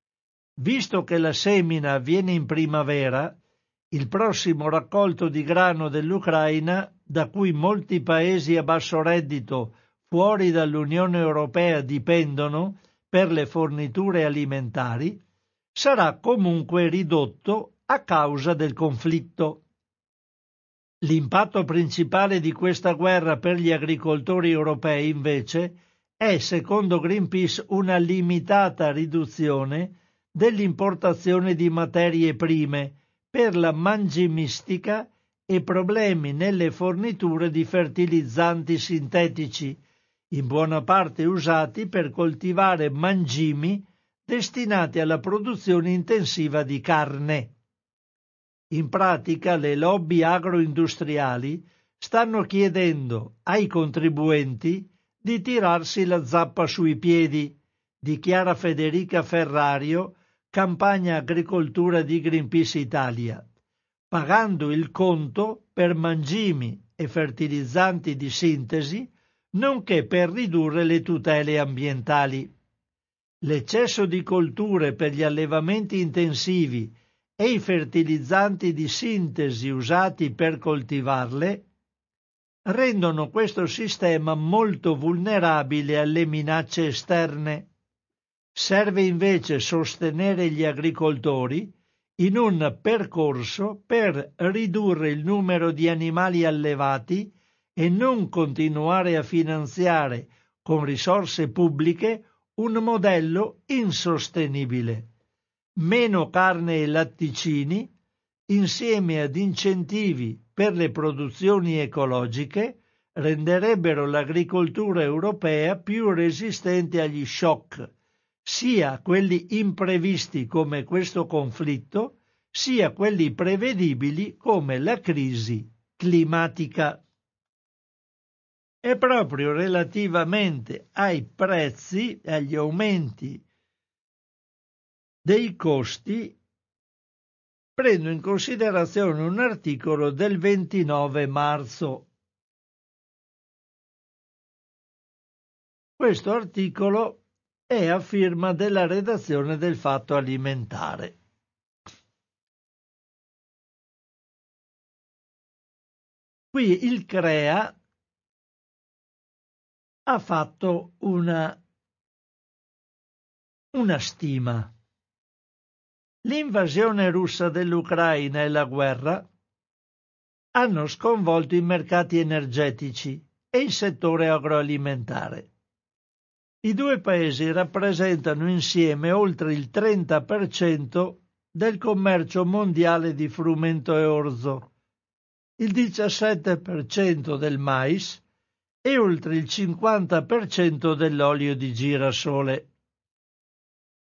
Visto che la semina avviene in primavera, il prossimo raccolto di grano dell'Ucraina, da cui molti paesi a basso reddito fuori dall'Unione Europea dipendono per le forniture alimentari, sarà comunque ridotto a causa del conflitto. L'impatto principale di questa guerra per gli agricoltori europei, invece, è, secondo Greenpeace, una limitata riduzione dell'importazione di materie prime per la mangimistica e problemi nelle forniture di fertilizzanti sintetici, in buona parte usati per coltivare mangimi destinati alla produzione intensiva di carne. In pratica le lobby agroindustriali stanno chiedendo ai contribuenti di tirarsi la zappa sui piedi, dichiara Federica Ferrario, campagna agricoltura di Greenpeace Italia, pagando il conto per mangimi e fertilizzanti di sintesi, nonché per ridurre le tutele ambientali. L'eccesso di colture per gli allevamenti intensivi e i fertilizzanti di sintesi usati per coltivarle rendono questo sistema molto vulnerabile alle minacce esterne. Serve invece sostenere gli agricoltori in un percorso per ridurre il numero di animali allevati e non continuare a finanziare con risorse pubbliche un modello insostenibile. Meno carne e latticini, insieme ad incentivi per le produzioni ecologiche, renderebbero l'agricoltura europea più resistente agli shock, sia quelli imprevisti come questo conflitto, sia quelli prevedibili come la crisi climatica. E proprio relativamente ai prezzi e agli aumenti dei costi, prendo in considerazione un articolo del 29 marzo. Questo articolo è a firma della redazione del Fatto Alimentare. Qui il CREA ha fatto una stima. L'invasione russa dell'Ucraina e la guerra hanno sconvolto i mercati energetici e il settore agroalimentare. I due paesi rappresentano insieme oltre il 30% del commercio mondiale di frumento e orzo, il 17% del mais e oltre il 50% dell'olio di girasole.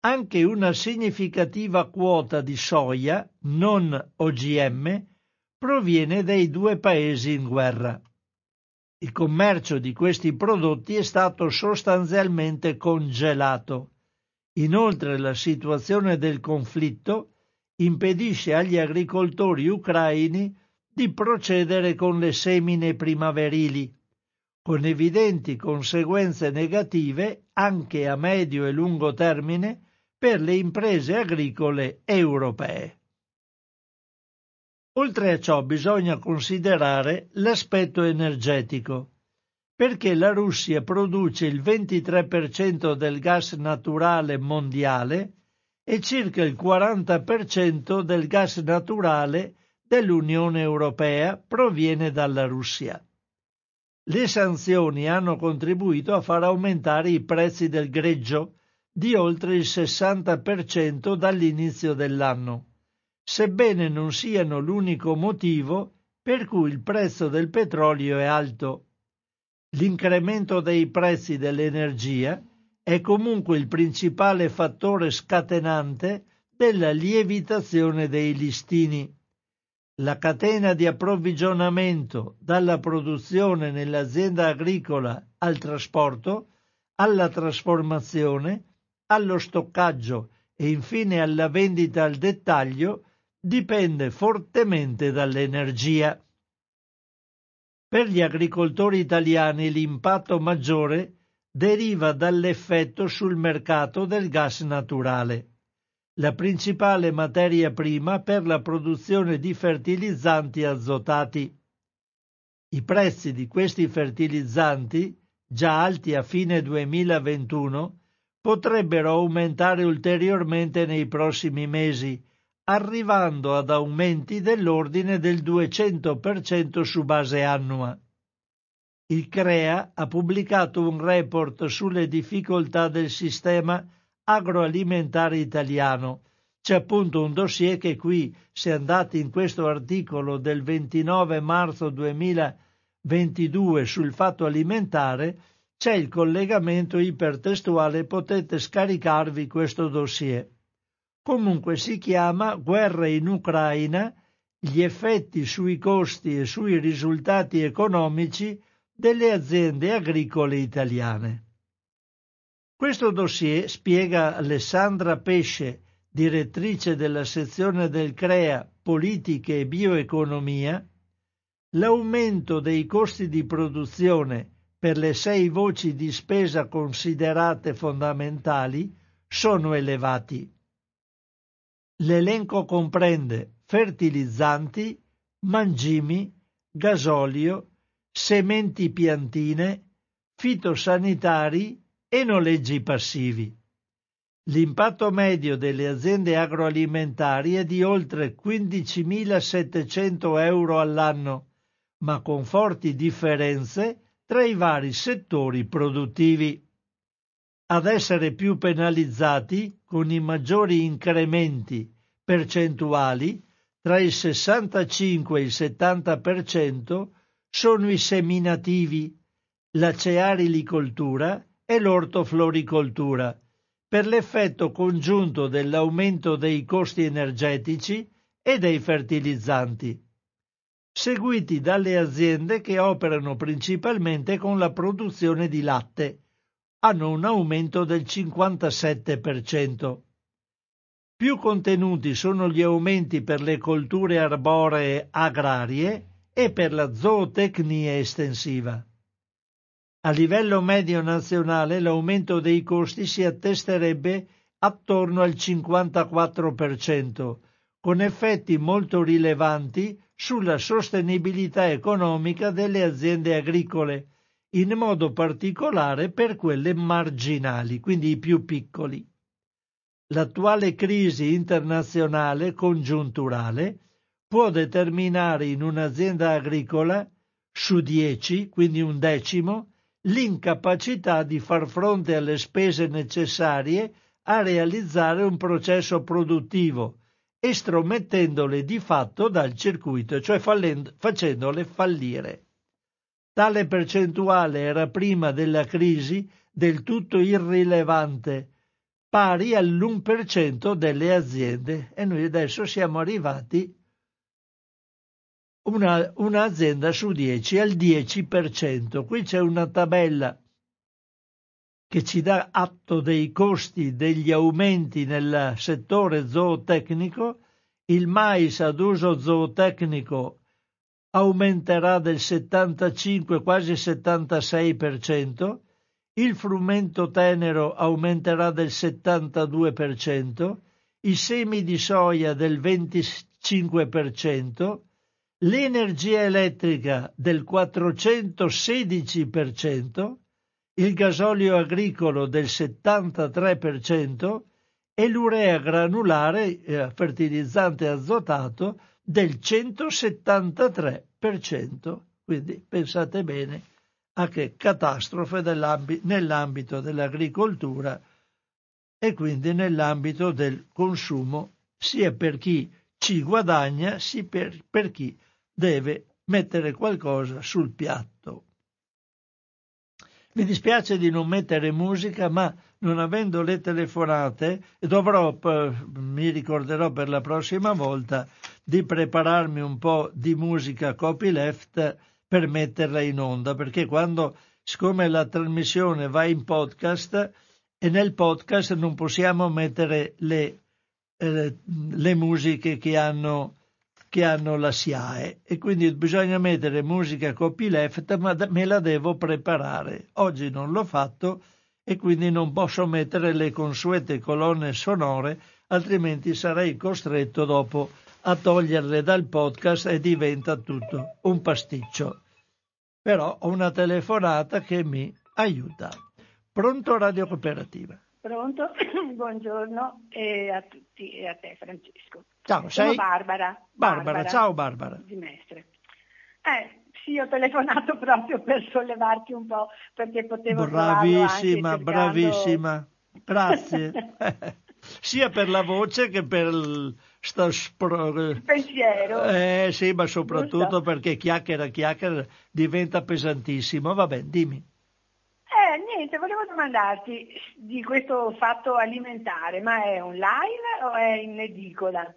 anche una significativa quota di soia, non OGM, proviene dai due paesi in guerra. Il commercio di questi prodotti è stato sostanzialmente congelato. Inoltre la situazione del conflitto impedisce agli agricoltori ucraini di procedere con le semine primaverili, con evidenti conseguenze negative anche a medio e lungo termine per le imprese agricole europee. Oltre a ciò bisogna considerare l'aspetto energetico, perché la Russia produce il 23% del gas naturale mondiale e circa il 40% del gas naturale dell'Unione Europea proviene dalla Russia. Le sanzioni hanno contribuito a far aumentare i prezzi del greggio di oltre il 60% dall'inizio dell'anno, sebbene non siano l'unico motivo per cui il prezzo del petrolio è alto. L'incremento dei prezzi dell'energia è comunque il principale fattore scatenante della lievitazione dei listini. La catena di approvvigionamento dalla produzione nell'azienda agricola al trasporto, alla trasformazione, allo stoccaggio e infine alla vendita al dettaglio dipende fortemente dall'energia. Per gli agricoltori italiani l'impatto maggiore deriva dall'effetto sul mercato del gas naturale, la principale materia prima per la produzione di fertilizzanti azotati. I prezzi di questi fertilizzanti, già alti a fine 2021, potrebbero aumentare ulteriormente nei prossimi mesi, arrivando ad aumenti dell'ordine del 200% su base annua. Il CREA ha pubblicato un report sulle difficoltà del sistema agroalimentare italiano. C'è appunto un dossier che qui, se andate in questo articolo del 29 marzo 2022 sul fatto alimentare, c'è il collegamento ipertestuale, potete scaricarvi questo dossier. Comunque si chiama Guerra in Ucraina, gli effetti sui costi e sui risultati economici delle aziende agricole italiane. Questo dossier, spiega Alessandra Pesce, direttrice della sezione del CREA Politiche e Bioeconomia, l'aumento dei costi di produzione per le 6 voci di spesa considerate fondamentali sono elevati. L'elenco comprende fertilizzanti, mangimi, gasolio, sementi piantine, fitosanitari e noleggi passivi. L'impatto medio delle aziende agroalimentari è di oltre 15.700 euro all'anno, ma con forti differenze tra i vari settori produttivi. Ad essere più penalizzati, con i maggiori incrementi percentuali, tra il 65 e il 70%, sono i seminativi, la cerealicoltura e l'ortofloricoltura, per l'effetto congiunto dell'aumento dei costi energetici e dei fertilizzanti, seguiti dalle aziende che operano principalmente con la produzione di latte, hanno un aumento del 57%. Più contenuti sono gli aumenti per le colture arboree agrarie e per la zootecnia estensiva. A livello medio nazionale l'aumento dei costi si attesterebbe attorno al 54%, con effetti molto rilevanti sulla sostenibilità economica delle aziende agricole, in modo particolare per quelle marginali, quindi i più piccoli. L'attuale crisi internazionale congiunturale può determinare in un'azienda agricola, su 10, quindi un decimo, l'incapacità di far fronte alle spese necessarie a realizzare un processo produttivo, estromettendole di fatto dal circuito, cioè facendole fallire. Tale percentuale era prima della crisi del tutto irrilevante, pari all'1% delle aziende, e noi adesso siamo arrivati un'azienda su 10 al 10%. Qui c'è una tabella che ci dà atto dei costi degli aumenti nel settore zootecnico. Il mais ad uso zootecnico aumenterà del 75, quasi 76%, il frumento tenero aumenterà del 72%, i semi di soia del 25%, l'energia elettrica del 416%, il gasolio agricolo del 73% e l'urea granulare, fertilizzante azotato, del 173%. Quindi pensate bene a che catastrofe nell'ambito dell'agricoltura e quindi nell'ambito del consumo, sia per chi ci guadagna, sia per chi deve mettere qualcosa sul piatto. Mi dispiace di non mettere musica, ma non avendo le telefonate, mi ricorderò per la prossima volta di prepararmi un po' di musica copyleft per metterla in onda, perché siccome la trasmissione va in podcast e nel podcast non possiamo mettere le musiche che hanno la SIAE, e quindi bisogna mettere musica copyleft, ma me la devo preparare. Oggi non l'ho fatto e quindi non posso mettere le consuete colonne sonore, altrimenti sarei costretto dopo a toglierle dal podcast e diventa tutto un pasticcio. Però ho una telefonata che mi aiuta. Pronto, Radio Cooperativa? Pronto? Buongiorno a tutti e a te, Francesco. Ciao, Sono Barbara. Ciao Barbara. Di Mestre. Sì, ho telefonato proprio per sollevarti un po', perché potevo Bravissima, bravissima. Grazie. Sia per la voce che per il pensiero. Sì, ma soprattutto giusto, perché chiacchiera diventa pesantissimo. Vabbè, dimmi. Niente, volevo domandarti di questo fatto alimentare, ma è online o è in edicola?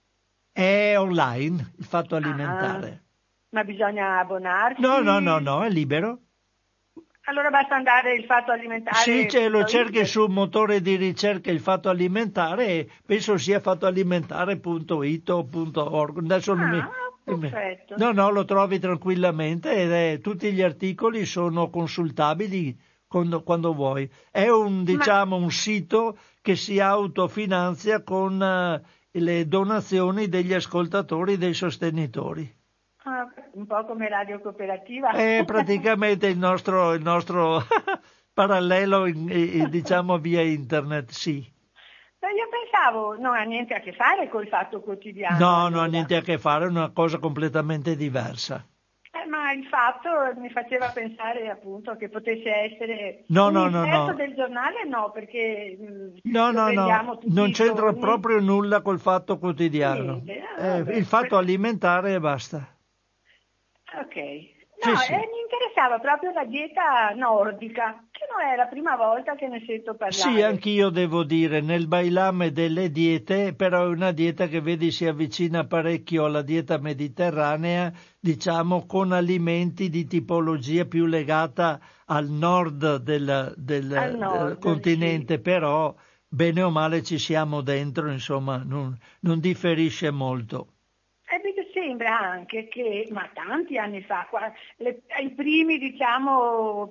È online, il fatto alimentare. Ma bisogna abbonarsi? No, è libero. Allora basta andare il fatto alimentare? Sì, lo cerchi sul motore di ricerca il fatto alimentare e penso sia fattoalimentare.it o .org. Adesso perfetto. No, lo trovi tranquillamente e tutti gli articoli sono consultabili quando vuoi. È un sito che si autofinanzia con le donazioni degli ascoltatori e dei sostenitori. Un po' come Radio Cooperativa. È praticamente il nostro parallelo, diciamo, via internet, sì. Io pensavo non ha niente a che fare col Fatto Quotidiano. No, non ha niente a che fare, è una cosa completamente diversa. Ma il fatto mi faceva pensare appunto che potesse essere no. del giornale, no, perché no, non c'entra proprio nulla col Fatto Quotidiano. Il fatto alimentare e basta. Ok. No, sì. Mi interessava proprio la dieta nordica, che non è la prima volta che ne sento parlare. Sì, anch'io devo dire, nel bailame delle diete, però è una dieta che vedi si avvicina parecchio alla dieta mediterranea, diciamo con alimenti di tipologia più legata al nord del continente, sì. Però bene o male ci siamo dentro, insomma, non differisce molto. Sembra anche che, ma tanti anni fa, ai primi, diciamo,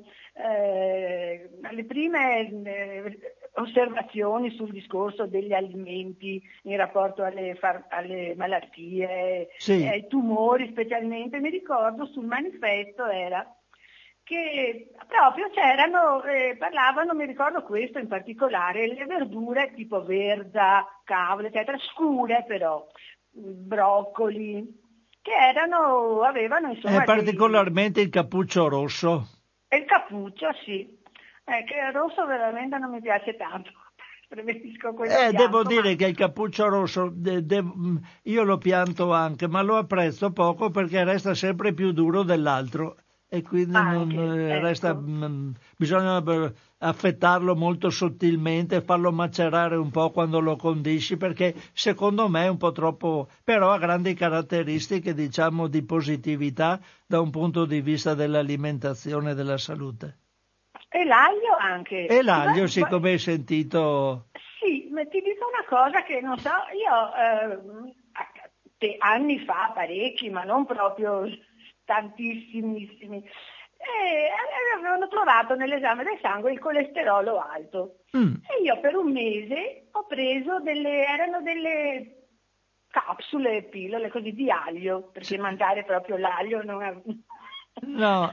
le prime osservazioni sul discorso degli alimenti in rapporto alle malattie, sì. Ai tumori specialmente, mi ricordo sul manifesto era che proprio parlavano, mi ricordo questo in particolare, le verdure tipo verza, cavolo, eccetera, scure però, broccoli, che avevano insomma particolarmente il cappuccio rosso. Il cappuccio, sì, che il rosso veramente non mi piace tanto. Preferisco quello bianco, devo dire che il cappuccio rosso io lo pianto anche, ma lo apprezzo poco perché resta sempre più duro dell'altro. e quindi Anche, resta, ecco. bisogna affettarlo molto sottilmente, farlo macerare un po' quando lo condisci, perché secondo me è un po' troppo, però ha grandi caratteristiche, diciamo, di positività da un punto di vista dell'alimentazione e della salute. E l'aglio anche. E l'aglio, siccome hai sentito... Sì, ma ti dico una cosa che non so, io anni fa, parecchi, ma non proprio tantissimissimi, avevano trovato nell'esame del sangue il colesterolo alto. Mm, E io per un mese ho preso erano delle capsule, pillole così di aglio, perché mangiare proprio l'aglio non è... no,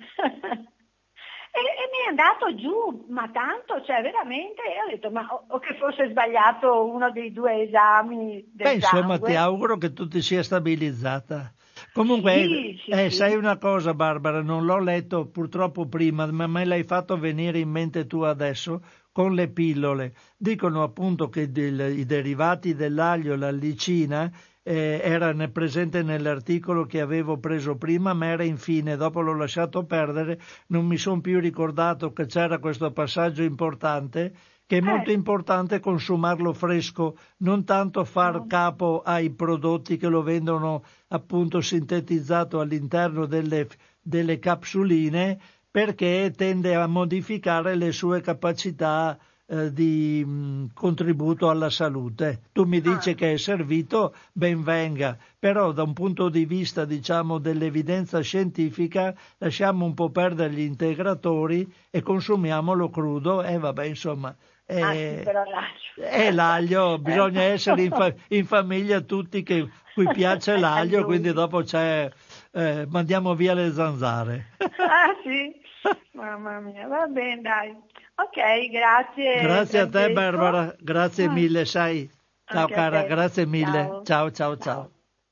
E mi è andato giù, ma tanto, cioè veramente, e ho detto, ma o che fosse sbagliato uno dei due esami beh, del insomma, ti sangue. auguro che tu ti sia stabilizzata. Comunque, Sì, sì, sai sì. una cosa, Barbara, non l'ho letto purtroppo prima, ma me l'hai fatto venire in mente tu adesso con le pillole. Dicono appunto che i derivati dell'aglio, la licina, era presente nell'articolo che avevo preso prima, ma era infine, dopo l'ho lasciato perdere, non mi sono più ricordato che c'era questo passaggio importante, che è molto importante consumarlo fresco, non tanto far No. capo ai prodotti che lo vendono appunto sintetizzato all'interno delle capsuline, perché tende a modificare le sue capacità di contributo alla salute. Tu mi dici Ah, che è servito, ben venga, però da un punto di vista, diciamo, dell'evidenza scientifica, lasciamo un po' perdere gli integratori e consumiamolo crudo e vabbè, insomma, sì, però lascio. è l'aglio, bisogna essere in famiglia tutti cui piace A l'aglio, quindi lui. dopo mandiamo via le zanzare. Ah sì, mamma mia, va bene, dai. Ok, grazie Grazie a te Francesco. Barbara, grazie Mm, mille, sai. Ciao Anche a cara, te. grazie mille. Ciao. Ciao, ciao, ciao. Ciao.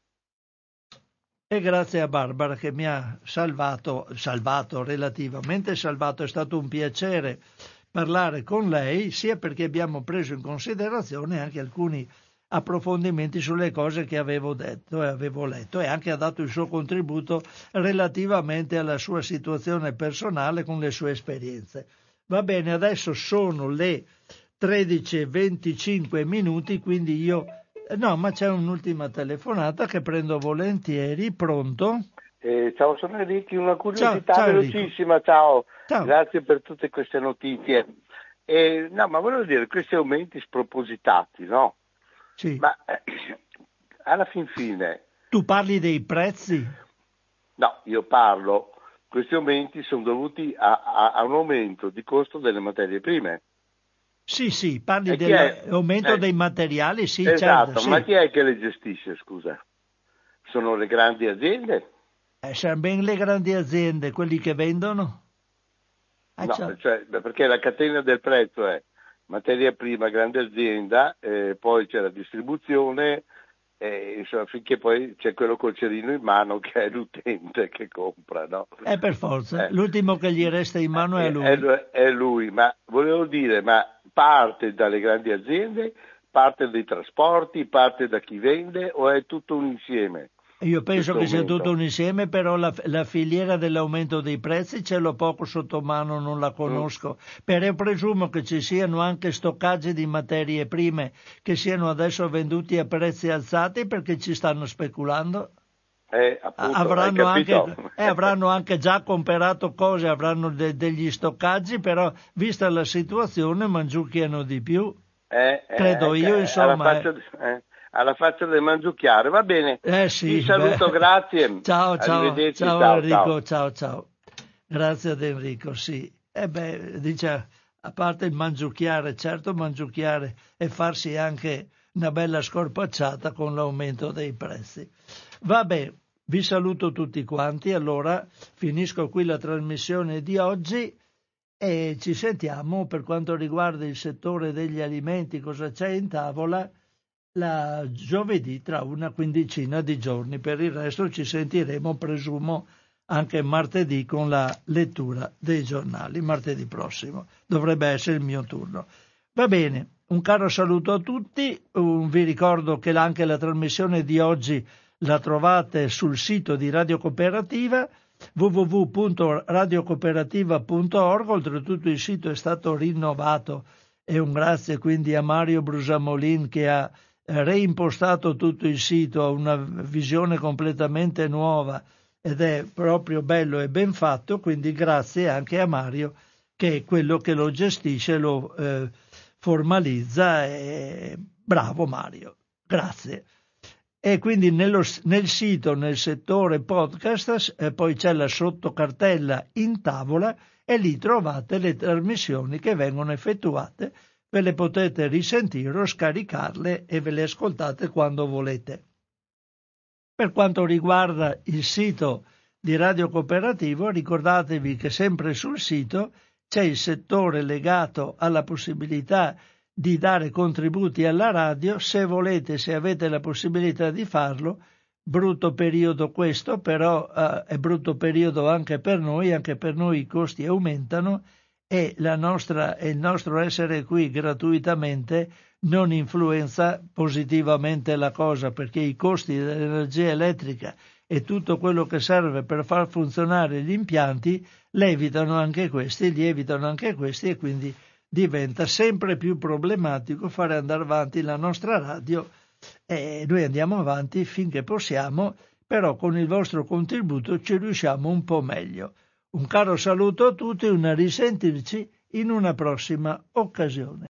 E grazie a Barbara che mi ha salvato, relativamente salvato. È stato un piacere parlare con lei, sia perché abbiamo preso in considerazione anche alcuni approfondimenti sulle cose che avevo detto e avevo letto, e anche ha dato il suo contributo relativamente alla sua situazione personale con le sue esperienze. Va bene, adesso sono le 13:25 minuti, quindi io... No, ma c'è un'ultima telefonata che prendo volentieri. Pronto? Ciao, sono Enrico, una Ciao, curiosità ciao Enrico. velocissima, ciao, Ciao. grazie per tutte queste notizie. No, ma volevo dire, questi aumenti spropositati, no? Sì. Ma alla fin fine, Tu parli dei prezzi? no, io parlo, questi aumenti sono dovuti a un aumento di costo delle materie prime. Sì, parli E chi è? dell'aumento dei materiali, sì, certo, Esatto, ma sì. chi è che le gestisce, scusa? Sono le grandi aziende? Sono ben le grandi aziende, quelli che vendono? No, Ciao. cioè, perché la catena del prezzo è materia prima, grande azienda, poi c'è la distribuzione, insomma, finché poi c'è quello col cerino in mano che è l'utente che compra, no? Per forza, Eh, l'ultimo che gli resta in mano è è, lui. è lui, ma volevo dire, ma parte dalle grandi aziende, parte dai trasporti, parte da chi vende o è tutto un insieme Io penso questo che sia tutto aumento? un insieme, però la filiera dell'aumento dei prezzi ce l'ho poco sotto mano, non la Mm. conosco. Però presumo che ci siano anche stoccaggi di materie prime che siano adesso venduti a prezzi alzati perché ci stanno speculando. Appunto, hai capito? Avranno anche già comprato cose, avranno degli stoccaggi, però vista la situazione mangiucchiano di più. Credo io, insomma. Alla faccia del mangiucchiare, va bene. Ti Sì, saluto, beh. grazie. Arrivederci, Ciao ciao, ciao. Enrico, ciao. Grazie ad Enrico, sì. Dice, a parte il mangiucchiare, certo mangiucchiare e farsi anche una bella scorpacciata con l'aumento dei prezzi. Vabbè, vi saluto tutti quanti, allora finisco qui la trasmissione di oggi e ci sentiamo per quanto riguarda il settore degli alimenti, cosa c'è in tavola, la giovedì tra una quindicina di giorni. Per il resto ci sentiremo, presumo, anche martedì con la lettura dei giornali. Martedì prossimo dovrebbe essere il mio turno. Va bene, un caro saluto a tutti, vi ricordo che anche la trasmissione di oggi la trovate sul sito di Radio Cooperativa www.radiocooperativa.org. Oltretutto il sito è stato rinnovato e un grazie quindi a Mario Brusamolin che ha reimpostato tutto il sito a una visione completamente nuova ed è proprio bello e ben fatto, quindi grazie anche a Mario che è quello che lo gestisce, lo formalizza, e bravo Mario, grazie. E quindi nel sito, nel settore podcast, poi c'è la sottocartella in tavola e lì trovate le trasmissioni che vengono effettuate, ve le potete risentire o scaricarle e ve le ascoltate quando volete. Per quanto riguarda il sito di Radio Cooperativo, ricordatevi che sempre sul sito c'è il settore legato alla possibilità di dare contributi alla radio, se volete, se avete la possibilità di farlo. Brutto periodo questo, però è brutto periodo anche per noi i costi aumentano e il nostro essere qui gratuitamente non influenza positivamente la cosa, perché i costi dell'energia elettrica e tutto quello che serve per far funzionare gli impianti lievitano anche questi e quindi diventa sempre più problematico fare andare avanti la nostra radio, e noi andiamo avanti finché possiamo, però con il vostro contributo ci riusciamo un po' meglio. Un caro saluto a tutti e una risentirci in una prossima occasione.